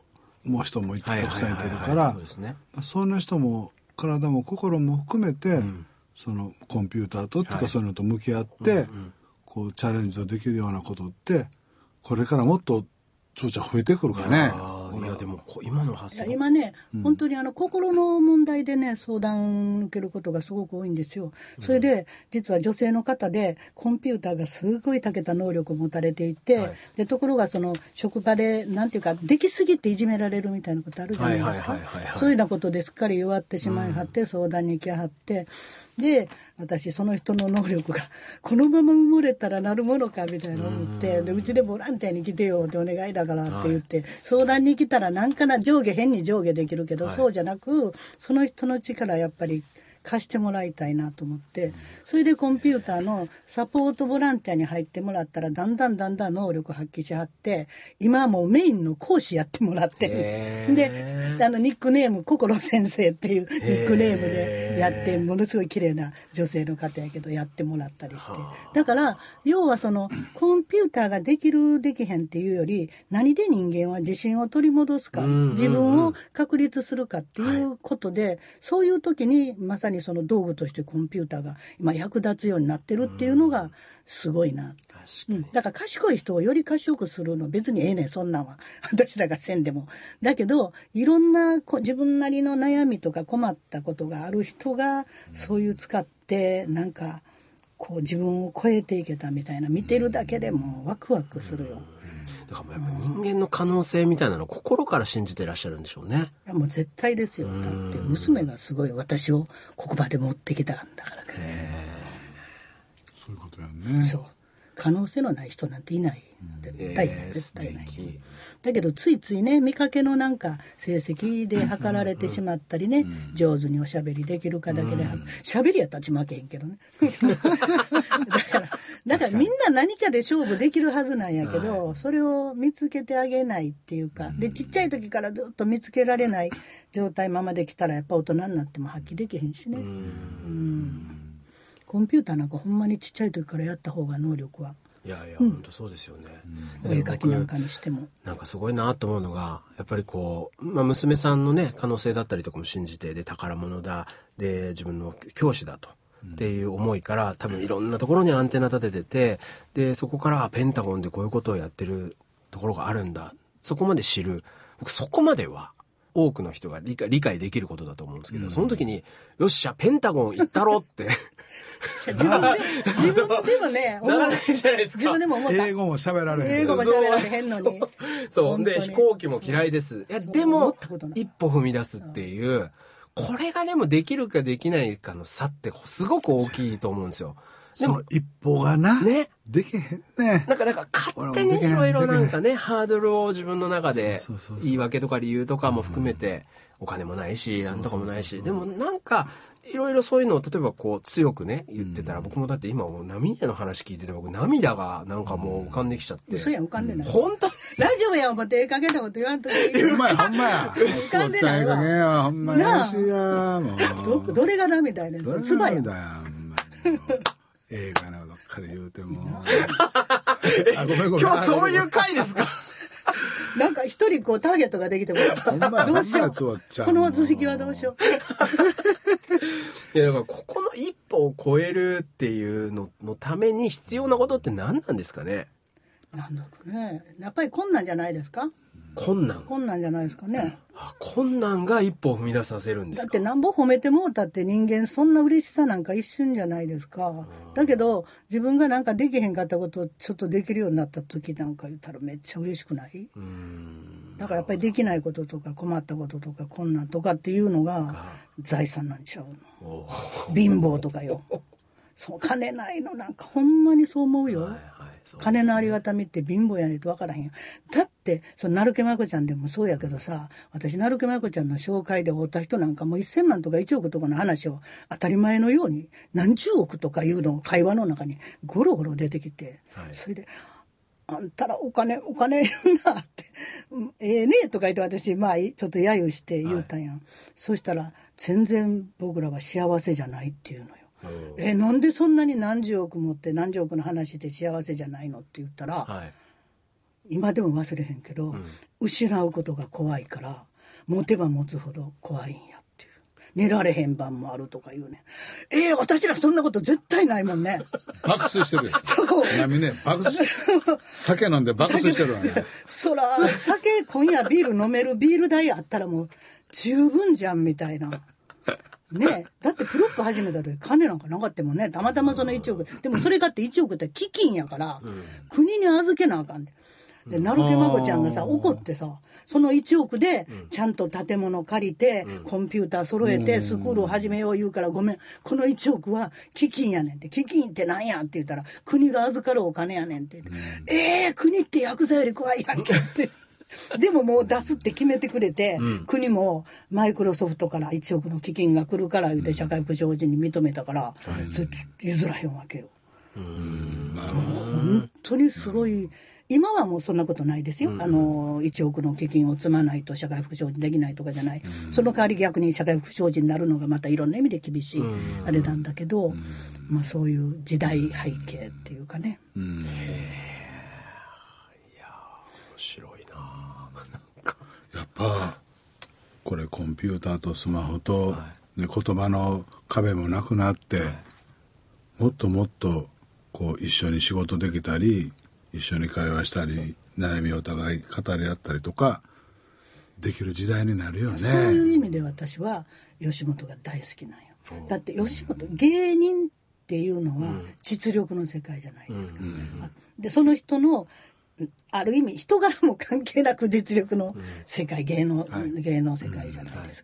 Speaker 2: もう人もたくさんいてるからそんな人も体も心も含めて、うん、そのコンピューターとっていうか、はい、そういうのと向き合って、うんうん、こうチャレンジできるようなことってこれからもっとちょうちゃ増えてくるかね。
Speaker 3: いやでも今の発想
Speaker 4: 今ね、うん、本当にあの心の問題でね相談受けることがすごく多いんですよ。それで実は女性の方でコンピューターがすごい長けた能力を持たれていて、はい、でところがその職場でなんていうかできすぎていじめられるみたいなことあるじゃないですか。そういうようなことですっかり弱ってしまいはって、うん、相談に行きはって、で私その人の能力がこのまま埋もれたらなるものかみたいな思って、でうちでボランティアに来てよってお願いだからって言って、はい、相談に来たらなんかな上下変に上下できるけど、はい、そうじゃなくその人の力やっぱり貸してもらいたいなと思って、それでコンピューターのサポートボランティアに入ってもらったらだんだんだんだん能力発揮しはって、今はもうメインの講師やってもらってる。であのニックネーム心先生っていうニックネームでやって、ものすごい綺麗な女性の方やけどやってもらったりして、だから要はそのコンピューターができるできへんっていうより、何で人間は自信を取り戻すか、自分を確立するかっていうことで、はい、そういう時にまさにその道具としてコンピューターが今役立つようになってるっていうのがすごいな。うん、だから賢い人をより賢くするの別にええねん、そんなんは私らがせんでも。だけどいろんな自分なりの悩みとか困ったことがある人がそういう使ってなんかこう自分を超えていけたみたいな、見てるだけでもワクワクするよ。
Speaker 3: だからやっぱ人間の可能性みたいなのを心から信じてらっしゃるんでしょうね。
Speaker 4: いやもう絶対ですよ。だって娘がすごい私をここまで持ってきたんだからね。
Speaker 2: そういうことやね。
Speaker 4: そう可能性のない人なんていない。絶対ない、
Speaker 3: えー、
Speaker 4: 絶対ない。
Speaker 3: 素敵。
Speaker 4: だけどついついね、見かけのなんか成績で測られてしまったりね、うん、上手におしゃべりできるかだけで、しゃべりやったらち負けへんけどねだからだからみんな何かで勝負できるはずなんやけど、はい、それを見つけてあげないっていうか、でちっちゃい時からずっと見つけられない状態ままできたらやっぱ大人になっても発揮できへんしね。うんうんコンピューターなんかほんまにちっちゃい時からやった方が能力はい
Speaker 3: やいや、うん、本当そうですよね。
Speaker 4: お絵描きなんかにしても
Speaker 3: なんかすごいなと思うのが、やっぱりこう、まあ、娘さんのね可能性だったりとかも信じて、で宝物だ、で自分の教師だと、うん、っていう思いから多分いろんなところにアンテナ立ててて、でそこからペンタゴンでこういうことをやってるところがあるんだ、そこまで知る。僕そこまでは多くの人が理解、理解できることだと思うんですけど、うん、その時によっしゃペンタゴン行ったろって
Speaker 4: 自分で自分でもね
Speaker 3: ならないじゃないですか。
Speaker 4: 自分でも思った。
Speaker 2: 英語も喋られへん。
Speaker 4: 英語も喋られへんのに。
Speaker 3: そうで飛行機も嫌いです。いやでも一歩踏み出すっていう、これがでもできるかできないかの差ってすごく大きいと思うんですよ。
Speaker 2: でも一歩がな、ね、できへんね。
Speaker 3: なんかなんか勝手にいろいろなんかねハードルを自分の中で言い訳とか理由とかも含めて、お金もないしなんとかもないし、でもなんかいろいろそういうのを例えばこう強くね言ってたら、僕もだって今もう涙の話聞いてて僕涙がなんかもう浮かんできちゃって。
Speaker 4: 嘘やん浮かんでない。
Speaker 3: 本当？
Speaker 4: ラジオや思ってええ加減なこと言わんとき。
Speaker 2: ほんまやほんまや。
Speaker 4: 浮かんでないわ。
Speaker 2: ほんまやほんまやしやもう。
Speaker 4: どどれが涙やねん。それつばや。
Speaker 2: 映画などっかで言うてもあごめんごめん。
Speaker 3: 今日そういう回ですか？
Speaker 4: なんか一人こうターゲットができてもどうしよう。この図式はどうしよ
Speaker 3: う。いやだからここの一歩を超えるっていうののために必要なことって何なんですかね。
Speaker 4: なんだろうね。やっぱり困難じゃないですか。
Speaker 3: 困難。
Speaker 4: 困難じゃないですかね。
Speaker 3: あ、困難が一歩を踏み出させるんですか。
Speaker 4: だってなんぼ褒めてもうたって人間そんな嬉しさなんか一瞬じゃないですか。だけど自分がなんかできへんかったことをちょっとできるようになった時なんか言ったらめっちゃ嬉しくない？うーん、だからやっぱりできないこととか困ったこととか困難とかっていうのが財産なんちゃうの。貧乏とかよ。そう金ないのなんかほんまにそう思うよ。はいはい、そうですね、金のありがたみって貧乏やねんと分からへん。だってその成毛まこちゃんでもそうやけどさ、私成毛まこちゃんの紹介で会った人なんかもうせんまんとかいちおくとかの話を当たり前のように何十億とかいうの会話の中にゴロゴロ出てきて、はい、それであんたらお金お金言うなってええねとか言って私まあちょっと揶揄して言うたんや、はい、そしたら全然僕らは幸せじゃないっていうのよ。えなんでそんなに何十億持って何十億の話で幸せじゃないのって言ったら、はい、今でも忘れへんけど、うん、失うことが怖いから持てば持つほど怖いんやっていう。寝られへん晩もあるとか言うね。えー、私らそんなこと絶対ないもんね。
Speaker 2: 爆睡してるよ。
Speaker 4: そう
Speaker 2: 波ね爆睡酒飲んで爆睡してるわね。
Speaker 4: そら酒今夜ビール飲めるビール代あったらもう十分じゃんみたいなね、だってプロップ始めた時金なんかなかったもんね。たまたまそのいちおくでもそれがっていちおくって基金やから、うん、国に預けなあかんで、で成毛まこちゃんがさ怒ってさそのいちおくでちゃんと建物借りて、うん、コンピューター揃えてスクールを始めよう言うから、ごめんこのいちおくは基金やねんって。基金ってなんやって言ったら国が預かるお金やねんって言って、うん、えー国ってヤクザより怖いやんけってでももう出すって決めてくれて、うん、国もマイクロソフトからいちおくの基金が来るから言うて社会福祉法人に認めたから、うん、それ譲らへんわけよ。うーん、もう本当にすごい。今はもうそんなことないですよ、うん、あのいちおくの基金を積まないと社会福祉法人できないとかじゃない、うん、その代わり逆に社会福祉法人になるのがまたいろんな意味で厳しい、うん、あれなんだけど、うん、まあ、そういう時代背景っていうかね、うん、へー、い
Speaker 3: や面白い
Speaker 2: やっぱこれコンピューターとスマホと、はい、で言葉の壁もなくなって、はい、もっともっとこう一緒に仕事できたり一緒に会話したり悩みをお互い語り合ったりとかできる時代になるよね。
Speaker 4: そういう意味で私は吉本が大好きなんよ。だって吉本芸人っていうのは実力の世界じゃないですか、うんうんうん、でその人のある意味人柄も関係なく実力の世界、芸能、はい、芸能世界じゃないですか、はい、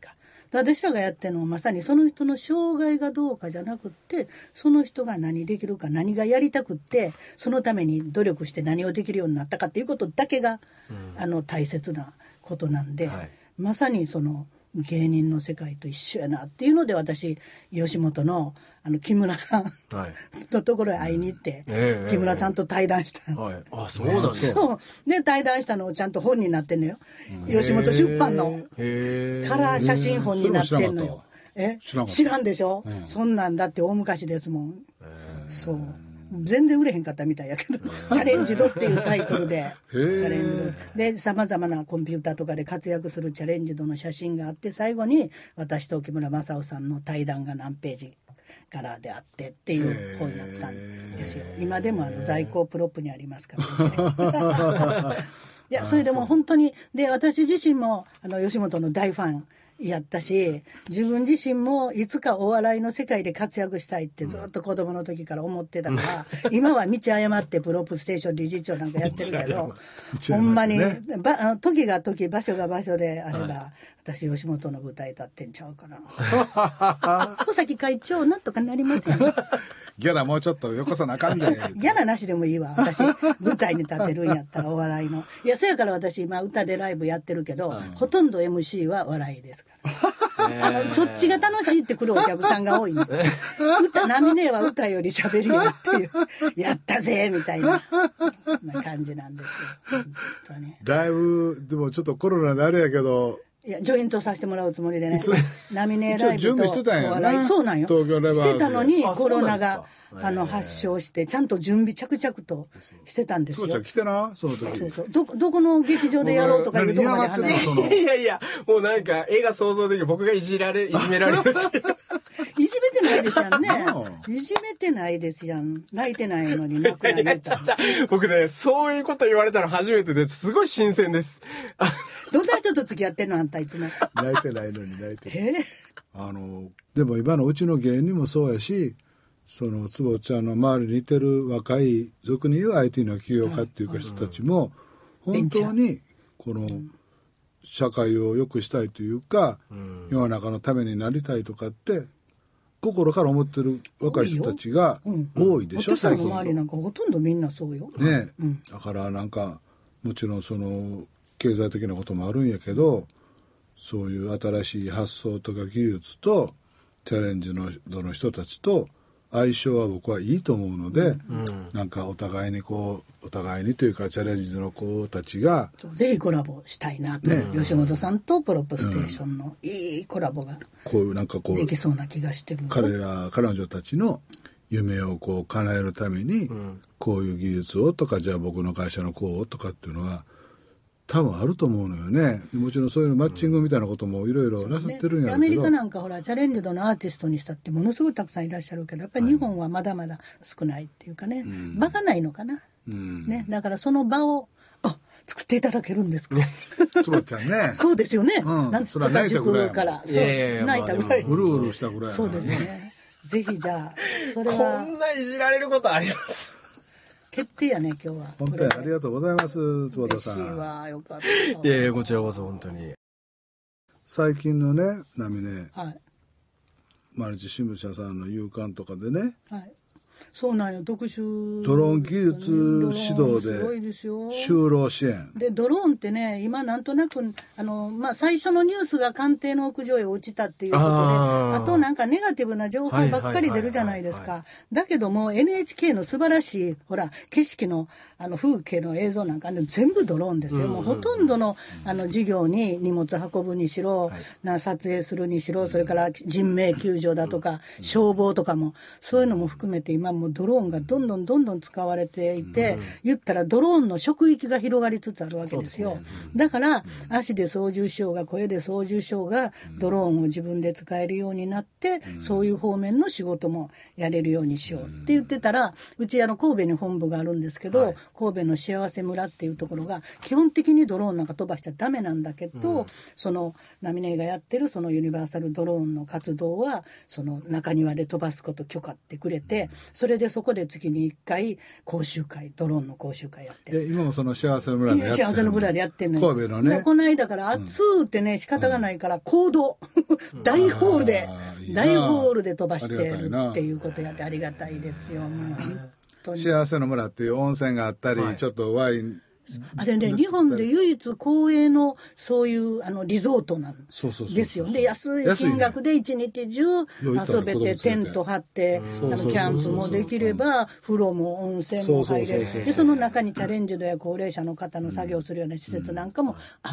Speaker 4: 私らがやってるのはまさにその人の障害がどうかじゃなくって、その人が何できるか、何がやりたくって、そのために努力して何をできるようになったかっていうことだけが、うん、あの大切なことなんで、はい、まさにその芸人の世界と一緒やなっていうので、私吉本のあの木村さん、はい、のところへ会いに行って、えー、木村さんと対談した、
Speaker 3: はい、あ、そうなんです
Speaker 4: か。そうで対談したのをちゃんと本になってんのよ、吉本出版のカラー写真本になってんのよ。え知らん知らんでしょ、うん、そんなんだって大昔ですもん。そう全然売れへんかったみたいやけど「チャレンジド」っていうタイトルでチャレンジドでさまざまなコンピューターとかで活躍するチャレンジドの写真があって、最後に私と木村正夫さんの対談が何ページからであってっていう本やったんですよ。今でもあの在庫プロップにありますから、ね、いやそれでも本当にで、私自身もあの吉本の大ファンやったし、自分自身もいつかお笑いの世界で活躍したいってずっと子供の時から思ってたから、うん、今は道誤ってプロップステーション理事長なんかやってるけどほんまにばあの時が時場所が場所であれば、はい、私吉本の舞台立ってんちゃうかな小崎会長なんとかなりますよね
Speaker 2: ギャラもうちょっとよこさなあかんで
Speaker 4: ギャラなしでもいいわ、私舞台に立てるんやったらお笑いの。いやそやから私今歌でライブやってるけど、うん、ほとんど エムシー は笑いですからあのそっちが楽しいって来るお客さんが多いの歌ナミネは歌より喋るよっていうやったぜみたいなな感じなんですよ本当に。
Speaker 2: ライブでもちょっとコロナであれやけど、
Speaker 4: いやジョイントさせてもらうつもりでね、ナミネライブと
Speaker 2: 準備してたんやな。
Speaker 4: そうなんよ、
Speaker 2: 東京ライブハウス
Speaker 4: してたのにコロナがあの発症してちゃんと準備着々としてたんですよ。
Speaker 2: そうちゃん来てなその時。
Speaker 4: そうそう ど, どこの劇場でやろうとかいうとこまで話
Speaker 3: していやいやもうなんか絵が想像できる、僕がいじられいじめられるっていう
Speaker 4: いじめてないですやんねいじめてないですやん、泣いてないのに泣くな言うた
Speaker 3: 僕ねそういうこと言われたの初めてですごい新鮮です
Speaker 4: どんな人と付き合ってんのあんたいつも
Speaker 2: 泣いてないのに泣いてる、えー、あのでも今のうちの芸人もそうやし、その坪ちゃんの周りにいてる若い俗に言う アイティー の起業家っていうか人たちも本当にこの社会を良くしたいというか世の中のためになりたいとかって心から思ってる若い人たちが多いでしょ、
Speaker 4: 最近。私の周りなんかほとんどみんなそうよ
Speaker 2: ね、うん、だからなんかもちろんその経済的なこともあるんやけど、そういう新しい発想とか技術とチャレンジの人たちと相性は僕はいいと思うので、うん、なんかお互いにこうお互いにというかチャレンジの子たちが
Speaker 4: ぜひコラボしたいなと、ね、吉本さんとプロップステーションのいいコラボがこうなんかこうできそうな気がしてる。
Speaker 2: 彼ら彼女たちの夢をこう叶えるために、うん、こういう技術をとか、じゃあ僕の会社のこうとかっていうのは多分あると思うのよね。もちろんそういうのマッチングみたいなこともいろいろなさってるんやけど、ね、
Speaker 4: アメリカなんかほらチャレンジドのアーティストにしたってものすごいたくさんいらっしゃるけど、やっぱり日本はまだまだ少ないっていうかね、うん、場がないのかな、うんね、だからその場をあ作っていただけるんですか
Speaker 2: そうちゃんね
Speaker 4: そうですよね、うん、なんとか塾から
Speaker 2: そう泣いたぐらい、うるうるしたぐらい、
Speaker 4: そうですねぜひじゃあそれは
Speaker 3: こんないじられることあります
Speaker 4: 決定やね今日は。
Speaker 2: 本当にありがとうございます坪田さん。
Speaker 4: 嬉しいわ、よかった。
Speaker 3: いやいやこちらこそ本当に。
Speaker 2: 最近のね波ね、
Speaker 4: はい、
Speaker 2: マルチ新聞社さんの夕刊とかでね、
Speaker 4: はい、そうなんよ、特殊
Speaker 2: ドローン技術指導で就労支援
Speaker 4: で、ドローンってね今なんとなくあの、まあ、最初のニュースが官邸の屋上へ落ちたっていうことで あ, あとなんかネガティブな情報ばっかり出るじゃないですか。だけども エヌエイチケー の素晴らしいほら景色のあの風景の映像なんか、ね、全部ドローンですよ、うんうんうん、もうほとんどのあの事業に荷物運ぶにしろ、はい、な撮影するにしろ、それから人命救助だとか、うん、消防とかもそういうのも含めて今もうドローンがどんどんどんどん使われていて、うん、言ったらドローンの職域が広がりつつあるわけですよ。ですね、だから足で操縦しようが声で操縦しようがドローンを自分で使えるようになって、うん、そういう方面の仕事もやれるようにしようって言ってたら、うちあの神戸に本部があるんですけど、はい、神戸の幸せ村っていうところが基本的にドローンなんか飛ばしちゃダメなんだけど、うん、そのナミネがやってるそのユニバーサルドローンの活動はその中庭で飛ばすこと許可ってくれて、 それでそこで月にいっかい講習会、ドローンの講習会やってる。
Speaker 2: 今もその幸せの村でやってる。
Speaker 4: 幸せの村でやってるの
Speaker 2: 神戸のね。
Speaker 4: この間から暑うってね、仕方がないから行動、うん、大ホールで、いい大ホールで飛ばしてるっていうことやってありがたいですよ。もう本当に幸
Speaker 2: せの村っていう温泉があったり、はい、ちょっとワイン
Speaker 4: あれね、日本で唯一公営のそういうあのリゾートなんですよ。で、安い金額で一日中遊べて、テント張って、あのキャンプもできれば、風呂も温泉も入れる。で、その中にチャレンジドや高齢者の方の作業するような施設なんかもあって、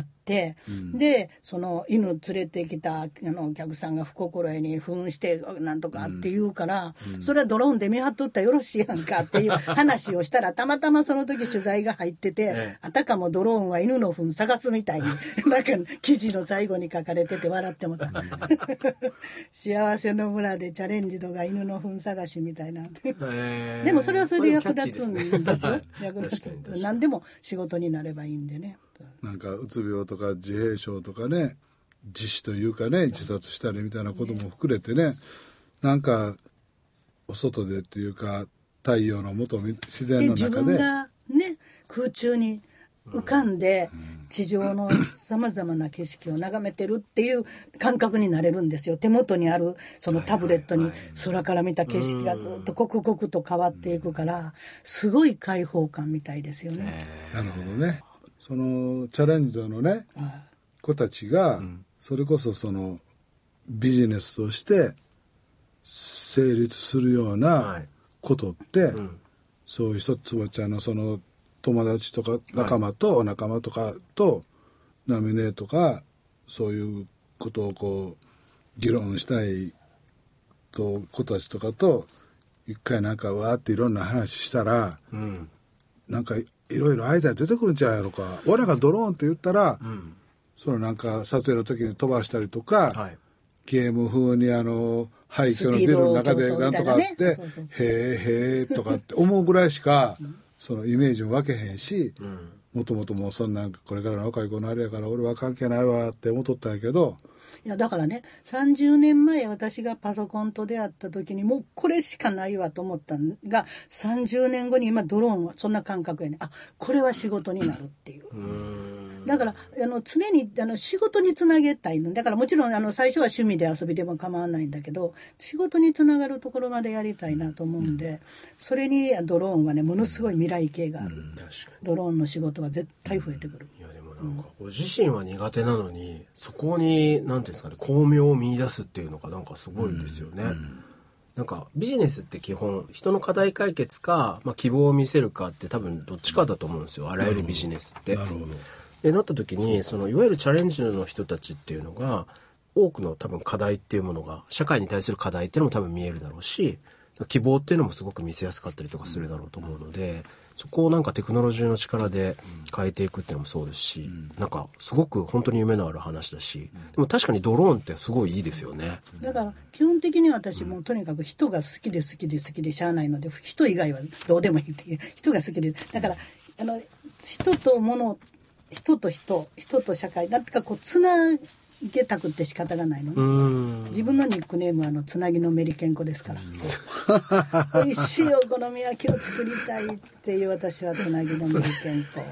Speaker 4: で、その犬連れてきたあのお客さんが不心得に扮してなんとかって言うから、それはドローンで見張っとったらよろしいやんかっていう話をしたら、たまたまその時取材が入ってて、あたかもドローンは犬の糞探すみたいになんか記事の最後に書かれてて笑ってもた幸せの村でチャレンジドが犬の糞探しみたいなでもそれはそれで役立つんですよ、役立つ何でも仕事になればいいんでね。
Speaker 2: なんかうつ病とか自閉症とかね、自死というかね、自殺したりみたいなことも含めてね、なんかお外でっていうか太陽の下自然の中で
Speaker 4: 自分がね空中に浮かんで地上のさまざまな景色を眺めてるっていう感覚になれるんですよ。手元にあるそのタブレットに空から見た景色がずっと刻々と変わっていくからすごい開放感みたいですよね。
Speaker 2: なるほどね。そのチャレンジのね子たちがそれこそそのビジネスとして成立するようなことってそういう人つばちゃんのその友達とか仲間と、はい、仲間とかとナミネとかそういうことをこう議論したいと子たちとかと一回なんかわーっていろんな話したら、うん、なんかいろいろアイデア出てくるんちゃうやろか。俺らがドローンって言ったら、うん、そのなんか撮影の時に飛ばしたりとか、はい、ゲーム風にあの廃墟のビルの中でなんとかあって、ね、へーへーとかって思うぐらいしかそのイメージも分けへんし、もともともうそんなんこれからの若い子のあれやから俺は関係ないわって思っとったんやけど、
Speaker 4: いやだからねさんじゅうねんまえ私がパソコンと出会った時にもうこれしかないわと思ったんがさんじゅうねんごに今ドローンはそんな感覚やね。あこれは仕事になるっていう。うーんだからあの常にあの仕事につなげたいのだからもちろんあの最初は趣味で遊びでも構わないんだけど仕事につながるところまでやりたいなと思うんで、うん、それにドローンはねものすごい未来系がある、うん、ドローンの仕事は絶対増えてくる。
Speaker 3: いやでもなんかご自身は苦手なのにそこに何ていうんですかね巧妙を見出すっていうのがなんかすごいですよね、うんうん、なんかビジネスって基本人の課題解決か、まあ、希望を見せるかって多分どっちかだと思うんですよあらゆるビジネスって。なるほど。でなった時にそのいわゆるチャレンジの人たちっていうのが多くの多分課題っていうものが社会に対する課題っていうのも多分見えるだろうし希望っていうのもすごく見せやすかったりとかするだろうと思うので、そこをなんかテクノロジーの力で変えていくっていうのもそうですし、なんかすごく本当に夢のある話だし、でも確かにドローンってすごいいいですよね。
Speaker 4: だから基本的に私もとにかく人が好きで好きで好きでしゃあないので人以外はどうでもいいっていう人が好きでだからあの人と物人と人人と社会なんてかこうつなげたくって仕方がないのね。自分のニックネームはあのつなぎのメリケンコですから美味しいお好み焼きを作りたいっていう私はつなぎのメリケンコ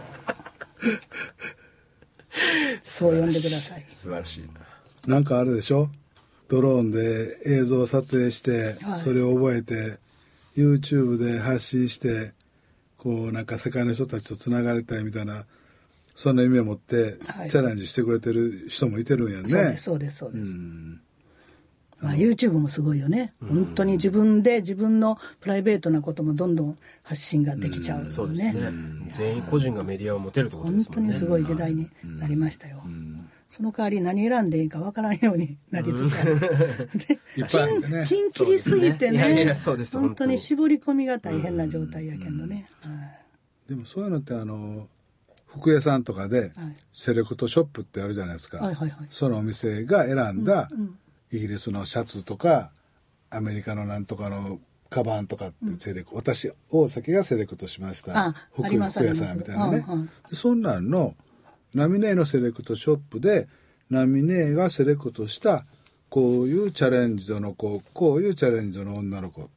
Speaker 4: そう呼んでください。
Speaker 3: 素晴らしい
Speaker 2: な。なんかあるでしょドローンで映像を撮影して、はい、それを覚えて YouTube で発信してこうなんか世界の人たちとつながりたいみたいなそんな夢を持ってチャレンジしてくれてる人もいてるんやね。
Speaker 4: そうですそうですそうです。うんまあ、YouTube もすごいよね。本当に自分で自分のプライベートなこともどんどん発信ができちゃう、ね、うん
Speaker 3: そうですね。全員個人がメディアを持てるってことですもんね。
Speaker 4: 本当にすごい時代になりましたよ。うん、その代わり何選んでいいかわからんようになりつつある。うん、ピン、ピン切りすぎてね。いやいやそうです。本当に絞り込みが大変な状態やけどね。
Speaker 2: うんはい、でもそういうのってあの服屋さんとかでセレクトショップってあるじゃないですか、はいはいはい、そのお店が選んだイギリスのシャツとかアメリカのなんとかのカバンとかってセレクト、うん、私大崎がセレクトしました服, 服屋さんみたいなね、うんうん、でそんなんのナミネーのセレクトショップでナミネーがセレクトしたこういうチャレンジ度の子こういうチャレンジ度の女の子っ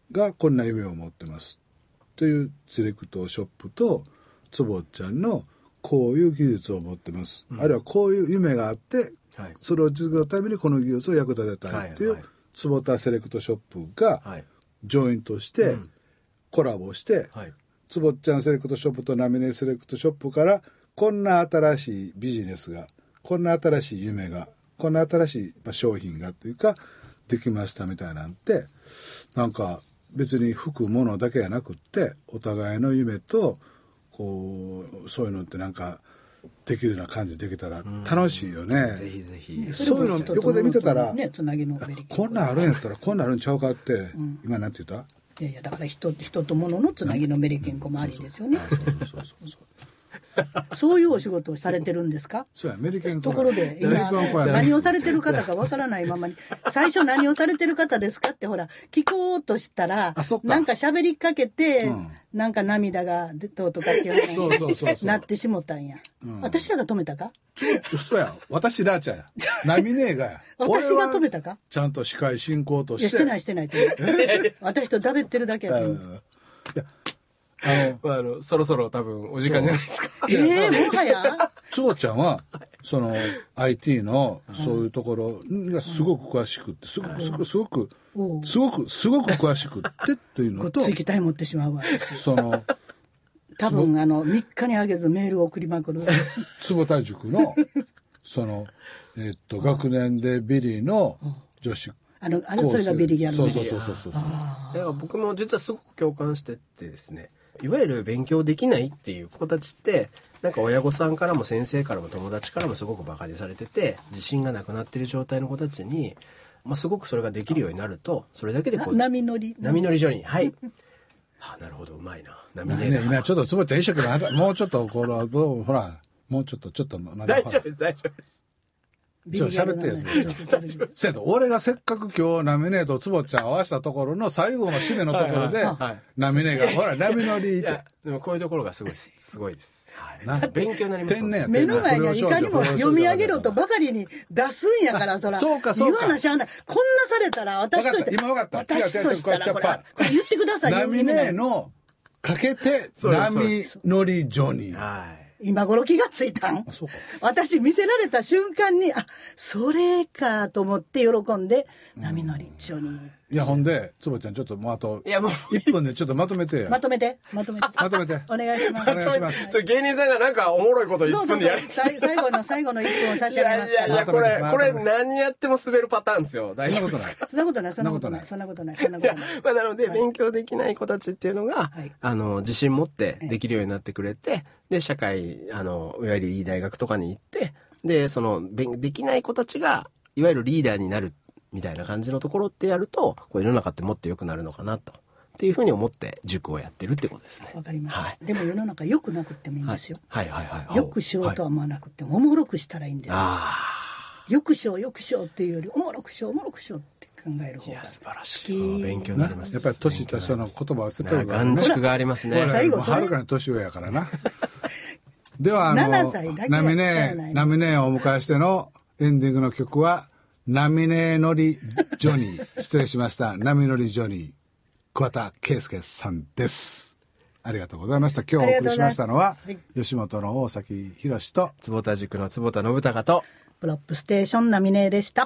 Speaker 2: がこんな夢を持ってますというセレクトショップと、つぼちゃんのこういう技術を持ってます、うん、あるいはこういう夢があって、はい、それを実現するためにこの技術を役立てたいという、はいはい、つぼたセレクトショップがジョイントしてコラボして、はい、つぼちゃんセレクトショップとナミネセレクトショップからこんな新しいビジネスが、こんな新しい夢が、こんな新しい商品がというかできましたみたいなんて、なんか別に服ものだけじゃなくってお互いの夢とこうそういうのってなんかできるような感じできたら楽しいよね。
Speaker 3: ぜひぜひ。
Speaker 2: そういうの横で見てたら、
Speaker 4: ね、つなぎの
Speaker 2: こんなんあるんやったらこんなんあるんちゃうかって、うん、今なんて言った？
Speaker 4: いやいや、だから 人, 人と物のつなぎのメリケンコもありですよね。そうそうそうそうそういうお仕事をされてるんですか？
Speaker 2: そうや、メリケン
Speaker 4: ところで今何をされてる方かわからないままに最初何をされてる方ですかってほら聞こうとしたらなんか喋りかけて、うん、なんか涙がどうとかっていうのになってしもたんや、うん、私らが止めたか？
Speaker 2: そうや、私らちゃやナミネーがや
Speaker 4: 私が止めたか？
Speaker 2: ちゃんと司会進行として。
Speaker 4: いやしてないしてないって私とだべってるだけやと思う。
Speaker 3: いやあの、まあ、あのそろそろ多分お時間じゃないですか。
Speaker 4: ええー、もはや
Speaker 2: つぼちゃんはその アイティー のそういうところがすごく詳しくってすごくすごくすごくすごくすごく詳しくってというのと、
Speaker 4: ごっつい期待持ってしまうわ。
Speaker 2: その
Speaker 4: 多分あのみっかにあげずメールを送りまくる
Speaker 2: 坪田塾のそのえっと学年でビリーの女子
Speaker 4: あのあれそれがビリギャル
Speaker 2: そうそうそうそうそう。だ
Speaker 3: から僕も実はすごく共感してってですね、いわゆる勉強できないっていう子たちってなんか親御さんからも先生からも友達からもすごくバカにされてて自信がなくなってる状態の子たちに、まあ、すごくそれができるようになるとそれだけでこう
Speaker 4: 波乗り
Speaker 3: 波乗り上にはいはあ、なるほど、うまいな波ねえな、
Speaker 2: 今ちょっとつぼちゃん一生懸命もうちょっとこれどうほらもうちょっとちょっとま
Speaker 3: だ大丈夫です大丈夫です。
Speaker 2: ちょっと喋ってやつ。せやと俺がせっかく今日ナミネーとつぼちゃん合わせたところの最後の締めのところでナミネがほらナミ乗りって。
Speaker 3: でもこういうところがすごいすごいです。はい、勉強になります。
Speaker 2: 天然
Speaker 4: 目の前にいかにも読み上げろとばかりに出すんやからそら。
Speaker 2: そうかそうか。
Speaker 4: 言わなしゃあない。こんなされたら私として
Speaker 2: 今分かった。
Speaker 4: 私としたらこれこれ言ってください。
Speaker 2: ナミネのかけて波乗りジョニー。
Speaker 3: はい。
Speaker 4: 今頃気がついたん？
Speaker 2: あ、そうか。
Speaker 4: 私見せられた瞬間にあそれかと思って喜んで波乗りジョニー。
Speaker 2: いやほんでつぼちゃんちょっともうあといっぷんでちょっとまとめてや。
Speaker 4: まとめてまとめて
Speaker 2: まとめて
Speaker 4: お願いします。
Speaker 2: お願いします。
Speaker 3: それ芸人さんがなんかおもろいこといっぷんでやる。
Speaker 4: そうそうそう最後の最後のいっぷんを差し上げますから。
Speaker 3: いやいやいやこれこれ何やっても滑るパターンですよ。大丈夫ですか？
Speaker 4: そんなことないそんなことないそんなことないそんなことない。
Speaker 3: まあなので勉強できない子たちっていうのがあの自信持ってできるようになってくれて、で社会あのいわゆるいい大学とかに行ってでそのできない子たちがいわゆるリーダーになるみたいな感じのところってやるとこう世の中ってもっと良くなるのかなとっていうふうに思って塾をやってるってことですね。
Speaker 4: わかりました、
Speaker 3: はい、
Speaker 4: でも世の中良くなくってもいいんですよ。
Speaker 3: はいはいはいはい。
Speaker 4: よくしようとは思わなくても、はい、おもろくしたらいいんですよ。あよくしようよくしようっていうよりおもろくしようおもろくしようって考える方が。いや
Speaker 3: 素晴らしい。勉強になります。
Speaker 2: やっぱり年いった人の言葉を忘れてるから
Speaker 3: ね。眼蓄がありますね。
Speaker 2: 最後はるかに年上やからな。ではあの
Speaker 4: ななさいだけ
Speaker 2: ナミネナミネをお迎えしてのエンディングの曲はナミネ乗りジョニー失礼しましたナミ乗りジョニー桑田佳祐さんです。ありがとうございました。今日お送りしましたのは吉本の大崎宏と
Speaker 3: 坪田塾の坪田信孝と
Speaker 4: プロップステーションナミネでした。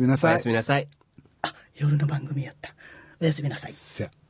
Speaker 2: おやすみなさい。
Speaker 3: おやすみなさい。
Speaker 4: あ夜の番組やった。おやすみなさい。
Speaker 2: せや